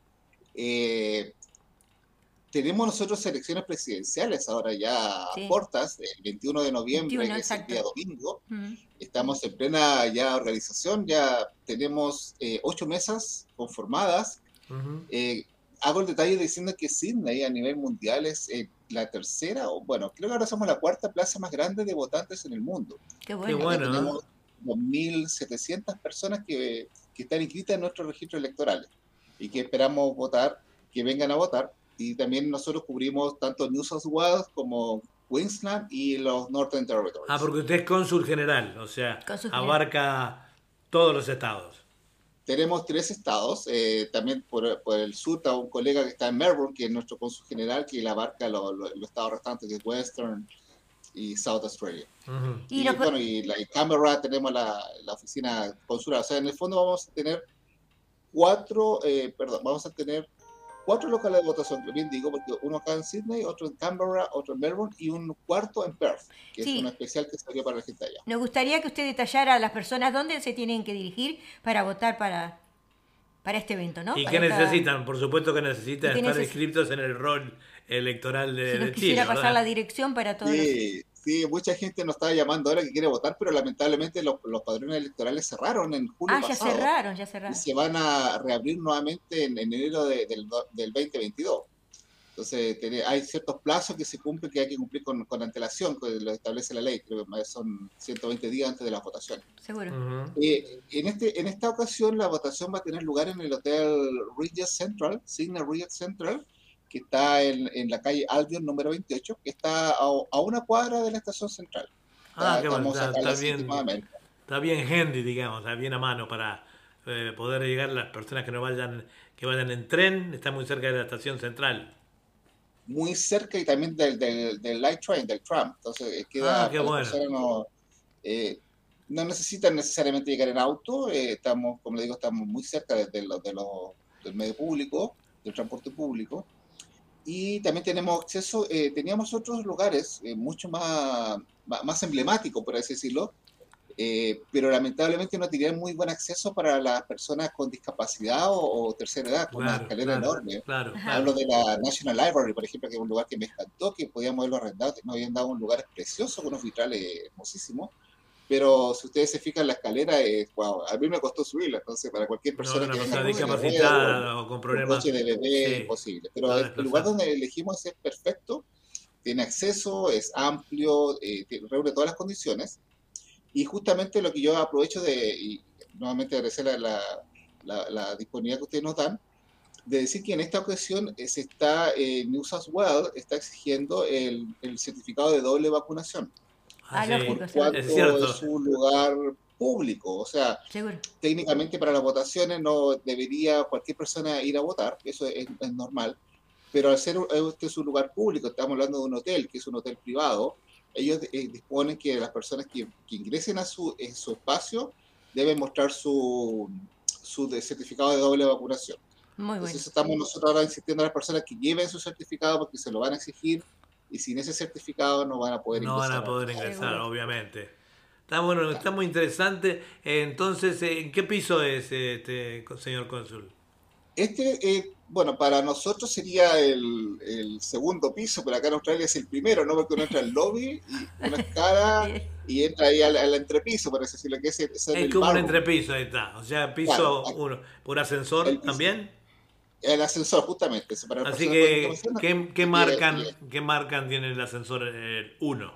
S12: Eh, tenemos nosotros elecciones presidenciales ahora ya
S2: Sí.
S12: a puertas, el veintiuno de noviembre,
S2: veintiuno,
S12: que es
S2: exacto.
S12: el día domingo.
S2: Mm.
S12: Estamos en plena ya organización, ya tenemos eh, ocho mesas conformadas.
S3: Ujú.
S12: Eh, hago el detalle diciendo que Sydney a nivel mundial es eh, la tercera, o bueno, creo que ahora somos la cuarta plaza más grande de votantes en el mundo.
S2: Qué
S3: Qué
S2: bueno.
S3: bueno, ¿no?
S12: Tenemos dos mil setecientas personas que, que están inscritas en nuestros registros electorales. y que esperamos votar, que vengan a votar. Y también nosotros cubrimos tanto New South Wales como Queensland y los Northern Territories.
S3: Ah, porque usted es cónsul general, o sea,
S2: Cónsul
S3: abarca todos los estados.
S12: Tenemos tres estados, eh, también por, por el sur está un colega que está en Melbourne, que es nuestro cónsul general, que le abarca los lo, lo estados restantes de Western y South Australia.
S3: Uh-huh.
S12: Y,
S2: Y nos-
S12: bueno, y la, en Canberra tenemos la, la oficina consular. O sea, en el fondo vamos a tener cuatro, eh, perdón, vamos a tener cuatro locales de votación, que bien digo, porque uno acá en Sydney, otro en Canberra, otro en Melbourne y un cuarto en Perth, que
S2: Sí.
S12: es una especial que salió para la gente allá.
S2: Nos gustaría que usted detallara a las personas dónde se tienen que dirigir para votar para, para este evento, ¿no?
S3: ¿Y
S2: Para
S3: qué
S2: esta-
S3: necesitan? Por supuesto que necesitan
S2: ¿Y qué
S3: estar
S2: neces-
S3: inscritos en el rol electoral de,
S2: Si nos
S3: de
S2: quisiera
S3: Chile,
S2: pasar
S3: ¿verdad?
S2: la dirección para todos los...
S12: Sí, sí, mucha gente nos está llamando ahora que quiere votar, pero lamentablemente los, los padrones electorales cerraron en julio
S2: Ah, ya
S12: pasado.
S2: cerraron, ya
S12: Y
S2: cerraron.
S12: se van a reabrir nuevamente en, en enero de- del, do- del veinte veintidós. Entonces, tiene- hay ciertos plazos que se cumplen que hay que cumplir con, con antelación, que lo establece la ley, creo que son ciento veinte días antes de las votaciones.
S2: Seguro.
S3: Ujú.
S12: Eh, en, este, en esta ocasión la votación va a tener lugar en el Hotel Regent Central, Sydney Regent Central, que está en, en la calle Albion número veintiocho, que está a, a una cuadra de la estación central.
S3: Ah,
S12: Está-
S3: qué bueno,
S12: estamos
S3: está,
S12: acá en
S3: está
S12: la City
S3: bien,
S12: of America.
S3: está bien handy, digamos, está bien a mano para eh, poder llegar a las personas que no vayan, que vayan en tren, está muy cerca de la estación central.
S12: Muy cerca y también del, del, del light train, del tram. Entonces eh, queda,
S3: Ah, qué
S12: para
S3: bueno.
S12: las personas no, eh, no necesitan necesariamente llegar en auto, eh, estamos, como le digo, estamos muy cerca de, de lo- de lo- del medio público, del transporte público. Y también tenemos acceso, eh, teníamos otros lugares eh, mucho más, más, más emblemáticos, por así decirlo, eh, pero lamentablemente no tenían muy buen acceso para las personas con discapacidad o, o tercera edad, con una
S3: Claro,
S12: escalera
S3: claro,
S12: enorme.
S3: claro,
S2: Ajá.
S12: Hablo
S3: claro.
S12: de la National Library, por ejemplo, que es un lugar que me encantó, que podíamos haberlo arrendado, nos habían dado un lugar precioso con unos vitrales hermosísimos, pero si ustedes se fijan la escalera, eh, wow, a mí me costó subirla, entonces para cualquier
S3: No,
S12: persona
S3: una
S12: que venga
S3: persona
S12: con silla de ruedas
S3: discapacitada o con
S12: o
S3: problemas,
S12: coche de bebé,
S3: sí,
S12: imposible. Pero
S3: para
S12: el, el lugar
S3: desplazarse.
S12: donde elegimos es perfecto, tiene acceso, es amplio, eh, tiene- reúne todas las condiciones. Y justamente lo que yo aprovecho de, y nuevamente agradecer la, la, la- la disponibilidad que ustedes nos dan, de decir que en esta ocasión eh, se está, eh, New South Wales está exigiendo el, el certificado de doble vacunación,
S2: Ah,
S3: Ah, sí,
S2: lógico,
S12: por
S2: seguro.
S12: cuanto
S3: es
S12: es,
S3: cierto.
S12: un lugar público. O sea,
S2: Seguro.
S12: técnicamente para las votaciones no debería cualquier persona ir a votar, eso es, es normal, pero al ser un- este es un lugar público, estamos hablando de un hotel, que es un hotel privado, ellos eh, disponen que las personas que, que ingresen a su, en su espacio deben mostrar su, su de- certificado de doble vacunación.
S2: Muy bueno.
S12: Entonces estamos nosotros ahora insistiendo a las personas que lleven su certificado porque se lo van a exigir y sin ese certificado no van a poder
S3: No van
S12: ingresar.
S3: a poder
S12: al-
S3: ingresar,
S2: Seguro.
S3: obviamente. Está bueno, está muy interesante. Entonces, ¿en qué piso es este señor cónsul?
S12: Este, eh, bueno, para nosotros sería el, el segundo piso, pero acá en Australia es el primero, ¿no? Porque uno entra al lobby y una escala y entra ahí al, al entrepiso, por así decirlo, que es, el- es
S3: Es
S12: el
S3: como un
S12: barroom.
S3: entrepiso, ahí está. O sea, piso
S12: Claro,
S3: uno. ¿Por ascensor
S12: el piso-
S3: también?
S12: El ascensor, justamente. eso, para las
S3: Así
S12: personas con
S3: que,
S12: discapacidad.
S3: ¿qué, qué
S12: Y-
S3: marcan,
S12: y-
S3: qué marcan tiene el ascensor uno?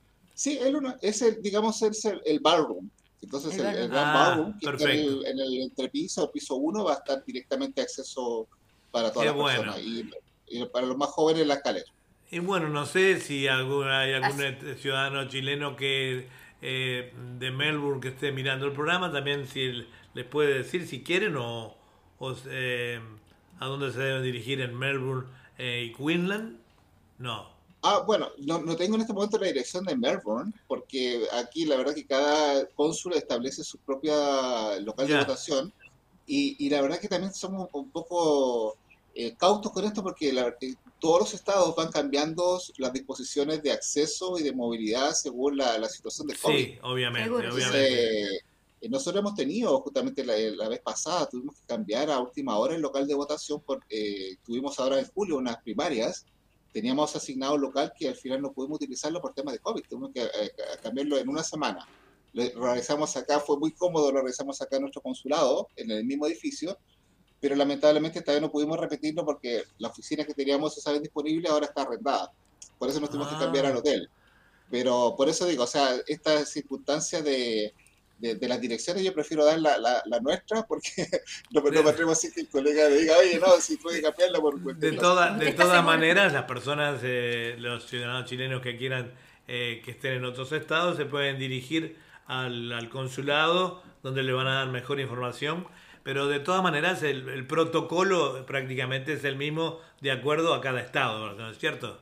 S12: Sí, el uno es el, digamos, es el, el ballroom. Entonces,
S2: El
S12: el,
S2: barroom.
S12: el gran
S3: Ah,
S12: ballroom, que está en
S3: perfecto.
S12: el, en el entrepiso, el piso uno, va a estar directamente acceso para todas
S3: Qué
S12: las
S3: bueno.
S12: personas. Y, y para los más jóvenes, la escalera.
S3: Y bueno, no sé si algún, hay algún
S2: Así-
S3: eh, ciudadano chileno que eh, de Melbourne que esté mirando el programa, también si él les puede decir si quieren o, o, eh, a dónde se deben dirigir en Melbourne eh, y Queensland. No.
S12: Ah, bueno, no, no tengo en este momento la dirección de Melbourne, porque aquí la verdad que cada cónsul establece su propia local
S3: Ya.
S12: de votación, y, y la verdad que también somos un poco eh, cautos con esto, porque la- eh, todos los estados van cambiando las disposiciones de acceso y de movilidad según la, la situación de COVID.
S3: Sí, obviamente,
S2: Seguro,
S12: Entonces,
S3: obviamente.
S12: eh, nosotros hemos tenido, justamente la, la vez pasada, tuvimos que cambiar a última hora el local de votación, porque tuvimos ahora en julio unas primarias, teníamos asignado un local que al final no pudimos utilizarlo por temas de COVID, tuvimos que eh, cambiarlo en una semana. Lo realizamos acá, fue muy cómodo, lo realizamos acá en nuestro consulado, en el mismo edificio, pero lamentablemente esta vez no pudimos repetirlo porque la oficina que teníamos esa vez disponible ahora está arrendada. Por eso nos tuvimos
S3: Ah.
S12: que cambiar al hotel. Pero por eso digo, o sea, esta circunstancia de, de, de las direcciones, yo prefiero dar la, la, la nuestra, porque no, no me atrevo a decir que el colega me diga, oye, no, si puede cambiarla por
S3: De, toda, de todas maneras, las personas, eh, los ciudadanos chilenos que quieran eh, que estén en otros estados, se pueden dirigir al, al consulado, donde le van a dar mejor información. Pero de todas maneras, el, el protocolo prácticamente es el mismo de acuerdo a cada estado, ¿no es cierto?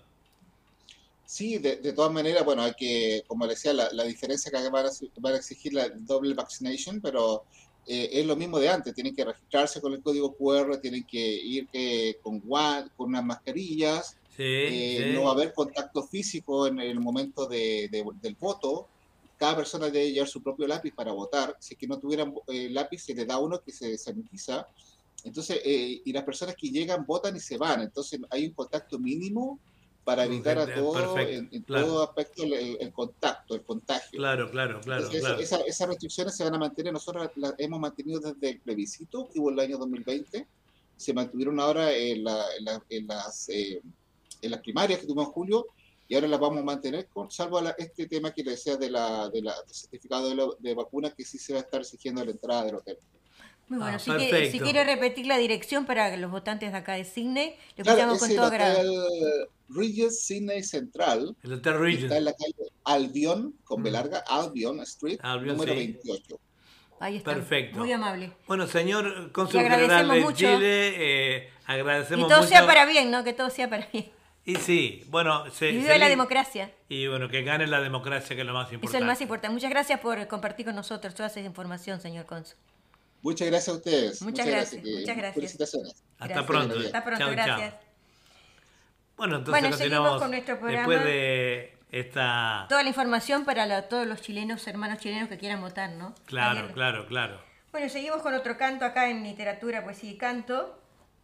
S12: Sí, de, de todas maneras, bueno, hay que, como decía, la, la diferencia que van a, van a exigir la doble vaccination, pero eh, es lo mismo de antes, tienen que registrarse con el código cu erre, tienen que ir eh, con guantes, con unas mascarillas,
S3: sí,
S12: eh,
S3: sí.
S12: no va a haber contacto físico en el momento de, de, del voto, cada persona debe llevar su propio lápiz para votar, si es que no tuvieran eh, lápiz se les da uno que se sanitiza, entonces, eh, y las personas que llegan votan y se van, entonces hay un contacto mínimo para evitar a todo, en, en claro. todo aspecto, el, el contacto, el contagio.
S3: Claro, claro, claro.
S12: Entonces,
S3: claro.
S12: Esa, esas restricciones se van a mantener, nosotros las hemos mantenido desde el plebiscito que hubo el año dos mil veinte, se mantuvieron ahora en, la, en, la, en, las, eh, en las primarias que tuvimos en julio, y ahora las vamos a mantener, con, salvo la, este tema que le decía de la, de la, del certificado de, la, de vacuna, que sí se va a estar exigiendo a la entrada del hotel.
S2: Muy bueno,
S3: ah,
S2: si, que, si quiere repetir la dirección para los votantes de acá de Sydney, lo escuchamos
S12: claro,
S2: con todo grado.
S12: El Regis Sydney Central,
S3: el Hotel Regis.
S12: Está en la calle Albion, con B larga, Albion Street, Albion, número sí. veintiocho.
S2: Ahí está.
S3: Perfecto.
S2: Muy amable.
S3: Bueno, señor Cónsul General de mucho. Chile, eh, agradecemos
S2: mucho. Y todo
S3: mucho.
S2: sea para bien, ¿no? Que todo sea para bien.
S3: Y sí, bueno... Se,
S2: y viva
S3: se
S2: la
S3: le...
S2: democracia.
S3: Y bueno, que gane la democracia, que es lo más importante.
S2: Eso es lo más importante. Muchas gracias por compartir con nosotros toda esa información, señor Cónsul.
S12: Muchas gracias a ustedes.
S2: Muchas, muchas gracias. gracias. Muchas gracias.
S12: Felicitaciones.
S3: Hasta
S2: gracias.
S3: pronto.
S2: Hasta pronto,
S3: chao,
S2: gracias.
S3: Chao. Bueno, entonces
S2: bueno,
S3: continuamos
S2: con nuestro programa.
S3: Después de esta...
S2: Toda la información para la, todos los chilenos, hermanos chilenos que quieran votar, ¿no?
S3: Claro,
S2: Ayer.
S3: claro, claro.
S2: Bueno, seguimos con otro canto acá en literatura, poesía y canto.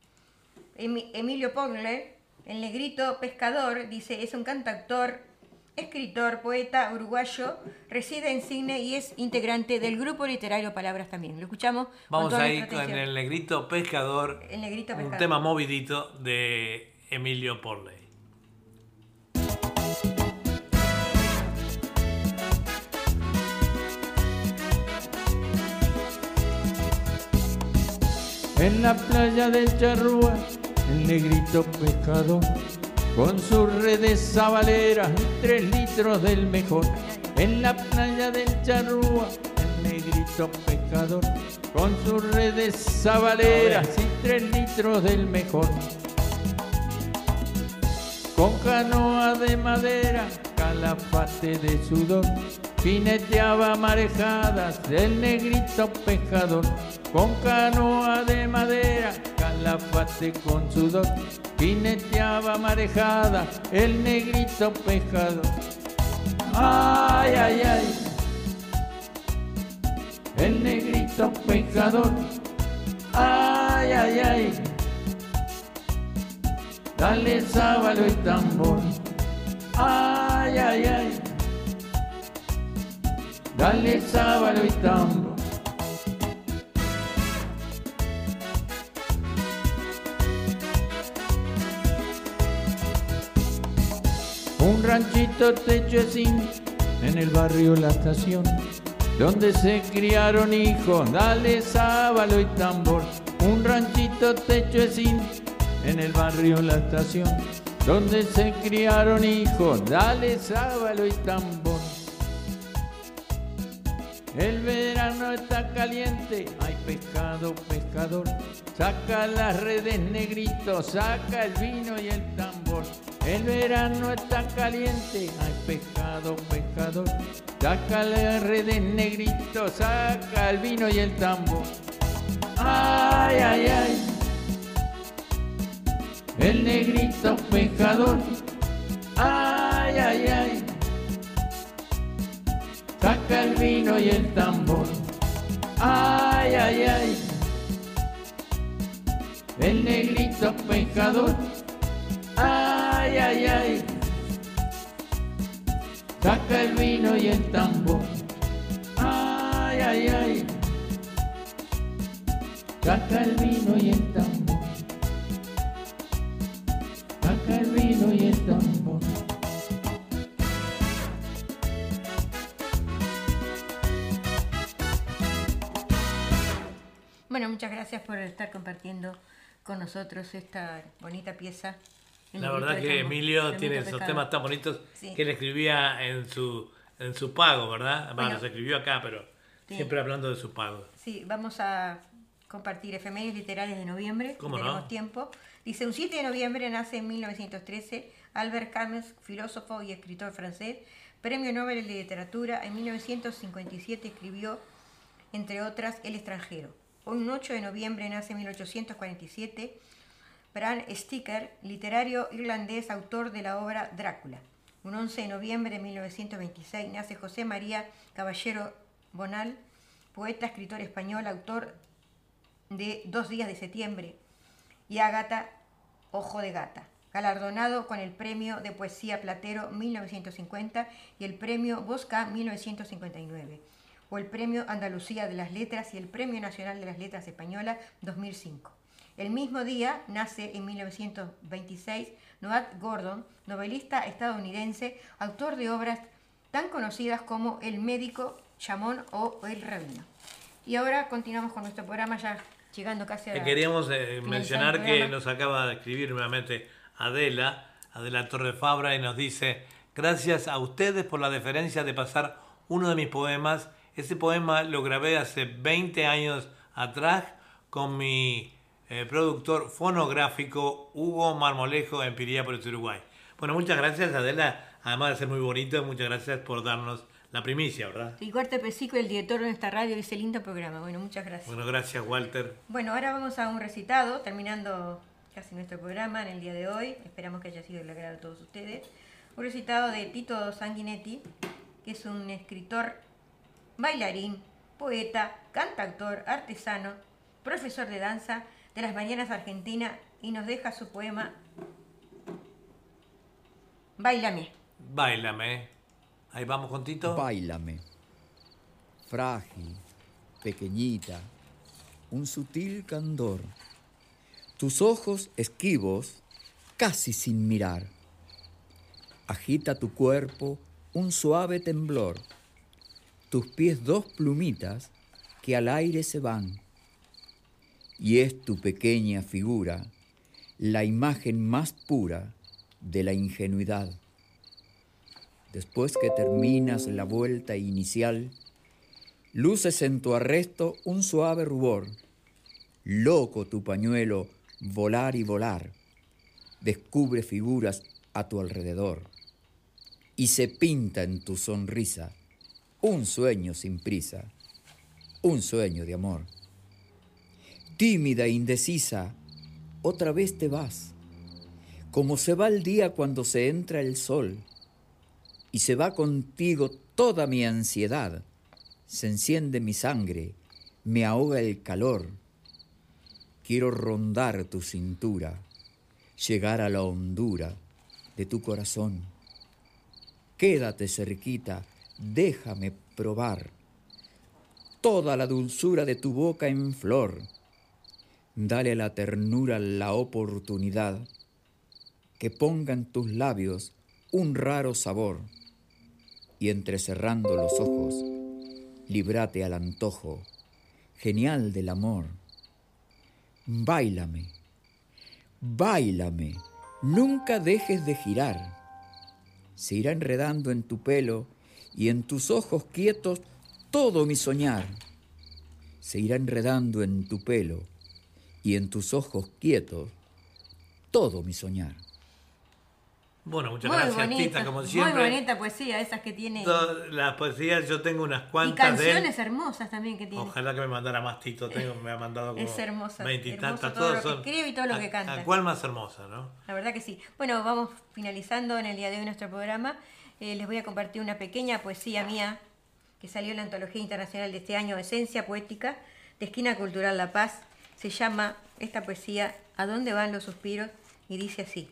S2: Emilio Pogler, el negrito pescador, dice, es un cantautor, escritor, poeta uruguayo, reside en Sydney y es integrante del grupo literario Palabras también. Lo escuchamos.
S3: Vamos a ir con el negrito pescador,
S2: el negrito pescador.
S3: Un tema movidito de Emilio Pogler.
S13: En la playa del Charrúa, el negrito pescador, con sus redes sabaleras y tres litros del mejor. En la playa del Charrúa, el negrito pescador, con sus redes sabaleras y tres litros del mejor. Con canoa de madera, calafate de sudor, jineteaba marejadas el negrito pescador. Con canoa de madera, calafate con sudor, jineteaba marejada el negrito pescador. Ay, ay, ay, el negrito pescador. Ay, ay, ay, dale sábalo y tambor. Ay, ay, ay, dale sábalo y tambor. Un ranchito techo de zinc en el barrio La Estación, donde se criaron hijos, dale sábalo y tambor. Un ranchito techo de zinc en el barrio La Estación, donde se criaron hijos, dale sábalo y tambor. El verano está caliente, hay pescado, pescador, saca las redes negrito, saca el vino y el tambor. El verano está caliente, hay pescado, pescador, saca las redes negrito, saca el vino y el tambor. Ay, ay, ay, el negrito pescador. Ay, ay, ay, saca el vino y el tambor. Ay, ay, ay, el negrito pescador. Ay, ay, ay, saca el vino y el tambor. Ay, ay, ay, saca el vino y el tambor. Saca el vino y el tambor.
S2: muchas gracias por estar compartiendo con nosotros esta bonita pieza.
S3: La verdad que Emilio tiene esos
S2: pescado.
S3: temas tan bonitos
S2: Sí.
S3: que él escribía en su en su pago, ¿verdad? Bueno,
S2: Bueno,
S3: los escribió acá, pero
S2: sí.
S3: siempre hablando de su pago.
S2: Sí, vamos a compartir efemérides literarias de noviembre,
S3: ¿Cómo
S2: si
S3: no?
S2: tenemos tiempo. Dice, un siete de noviembre nace en mil novecientos trece Albert Camus, filósofo y escritor francés, premio Nobel de Literatura. En mil novecientos cincuenta y siete escribió, entre otras, El extranjero. Un ocho de noviembre nace en mil ochocientos cuarenta y siete Bram Stoker, literario irlandés, autor de la obra Drácula. Un once de noviembre de mil novecientos veintiséis nace José María Caballero Bonal, poeta, escritor español, autor de Dos días de septiembre y Ágata, Ojo de Gata, galardonado con el Premio de Poesía Platero mil novecientos cincuenta y el Premio Bosca mil novecientos cincuenta y nueve, o el Premio Andalucía de las Letras y el Premio Nacional de las Letras Españolas dos mil cinco. El mismo día nace en mil novecientos veintiséis Noah Gordon, novelista estadounidense, autor de obras tan conocidas como El médico, Chamón o El rabino. Y ahora continuamos con nuestro programa, ya llegando casi a la...
S3: Queríamos eh,
S2: finalizar
S3: mencionar
S2: el
S3: que
S2: programa.
S3: nos acaba de escribir nuevamente Adela, Adela Torre Fabra, y nos dice: gracias a ustedes por la deferencia de pasar uno de mis poemas. Ese poema lo grabé hace veinte años atrás con mi eh, productor fonográfico Hugo Marmolejo en Piriápolis, Uruguay. Bueno, muchas gracias, Adela, además de ser muy bonito, muchas gracias por darnos la primicia, ¿verdad?
S2: Y Corte Pesico, el director de esta radio, dice lindo programa. Bueno, muchas gracias.
S3: Bueno, gracias, Walter.
S2: Bueno, ahora vamos a un recitado, terminando casi nuestro programa en el día de hoy. Esperamos que haya sido del agrado de todos ustedes. Un recitado de Tito Sanguinetti, que es un escritor, bailarín, poeta, cantautor, artesano, profesor de danza de las Marianas Argentina, y nos deja su poema Báilame.
S3: Báilame. Ahí vamos con Tito.
S14: Báilame. Frágil, pequeñita, un sutil candor. Tus ojos esquivos, casi sin mirar. Agita tu cuerpo un suave temblor. Tus pies dos plumitas que al aire se van. Y es tu pequeña figura la imagen más pura de la ingenuidad. Después que terminas la vuelta inicial, luces en tu arresto un suave rubor. Loco tu pañuelo, volar y volar. Descubre figuras a tu alrededor. Y se pinta en tu sonrisa un sueño sin prisa, un sueño de amor. Tímida e indecisa, otra vez te vas, como se va el día cuando se entra el sol, y se va contigo toda mi ansiedad, se enciende mi sangre, me ahoga el calor. Quiero rondar tu cintura, llegar a la hondura de tu corazón. Quédate cerquita, déjame probar toda la dulzura de tu boca en flor. Dale a la ternura la oportunidad que ponga en tus labios un raro sabor, y entrecerrando los ojos, líbrate al antojo genial del amor. Báilame, báilame, nunca dejes de girar. Se irá enredando en tu pelo y en tus ojos quietos todo mi soñar. Se irá enredando en tu pelo y en tus ojos quietos todo mi soñar.
S3: Bueno, muchas
S2: Muy
S3: gracias,
S2: bonita,
S3: Tita, como siempre.
S2: Muy bonita poesía, esas que tiene.
S3: Todas las poesías, yo tengo unas
S2: Y
S3: cuantas de él.
S2: canciones hermosas también que tiene.
S3: Ojalá que me mandara más, Tito. Tengo, me ha mandado como
S2: Es hermosa,
S3: veintitantas.
S2: hermoso todo lo que
S3: son-
S2: escribe y todo lo
S3: a-
S2: que canta.
S3: ¿A cuál más hermosa, no?
S2: La verdad que sí. Bueno, vamos finalizando en el día de hoy nuestro programa. Eh, les voy a compartir una pequeña poesía mía que salió en la antología internacional de este año, Esencia Poética, de Esquina Cultural La Paz. Se llama esta poesía ¿A dónde van los suspiros? Y dice así: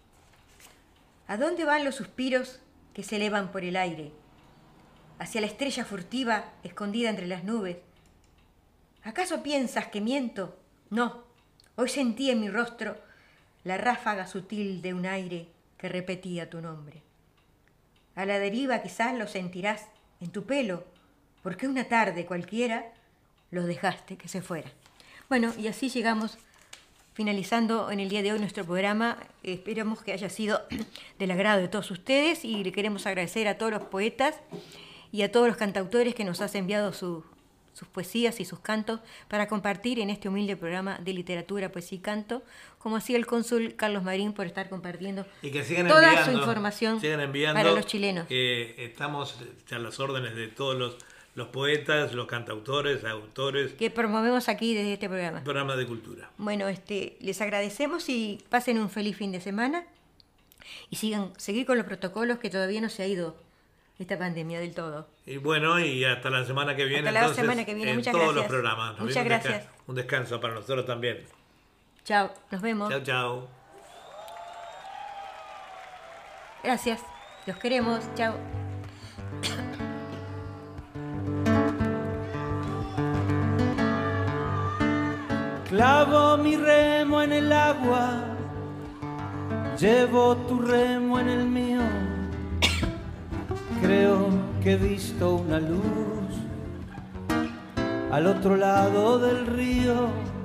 S2: ¿a dónde van los suspiros que se elevan por el aire? Hacia la estrella furtiva escondida entre las nubes. ¿Acaso piensas que miento? No, hoy sentí en mi rostro la ráfaga sutil de un aire que repetía tu nombre. A la deriva quizás lo sentirás en tu pelo, porque una tarde cualquiera los dejaste que se fuera. Bueno, Bueno, y así llegamos finalizando en el día de hoy nuestro programa. Esperamos que haya sido del agrado de todos ustedes y le queremos agradecer a todos los poetas y a todos los cantautores que nos han enviado su, sus poesías y sus cantos para compartir en este humilde programa de literatura, poesía y canto, como hacía el cónsul Carlos Marín por estar compartiendo
S3: y que sigan
S2: toda
S3: enviando,
S2: su información
S3: sigan enviando,
S2: para los chilenos.
S3: Eh, estamos a las órdenes de todos los, los poetas, los cantautores, autores.
S2: Que promovemos aquí desde este programa.
S3: Programa de cultura.
S2: Bueno, este, les agradecemos y pasen un feliz fin de semana y sigan seguir con los protocolos, que todavía no se ha ido esta pandemia del todo.
S3: Y bueno, y hasta la semana que viene.
S2: Hasta la
S3: entonces,
S2: semana que viene.
S3: en
S2: Muchas
S3: todos
S2: gracias.
S3: los programas. Nos
S2: Muchas
S3: vemos
S2: gracias.
S3: acá. Un descanso para nosotros también.
S2: Chao, nos vemos.
S3: Chao, chao.
S2: Gracias, los queremos. Chao.
S1: Clavo mi remo en el agua, llevo tu remo en el mío. Creo que he visto una luz al otro lado del río.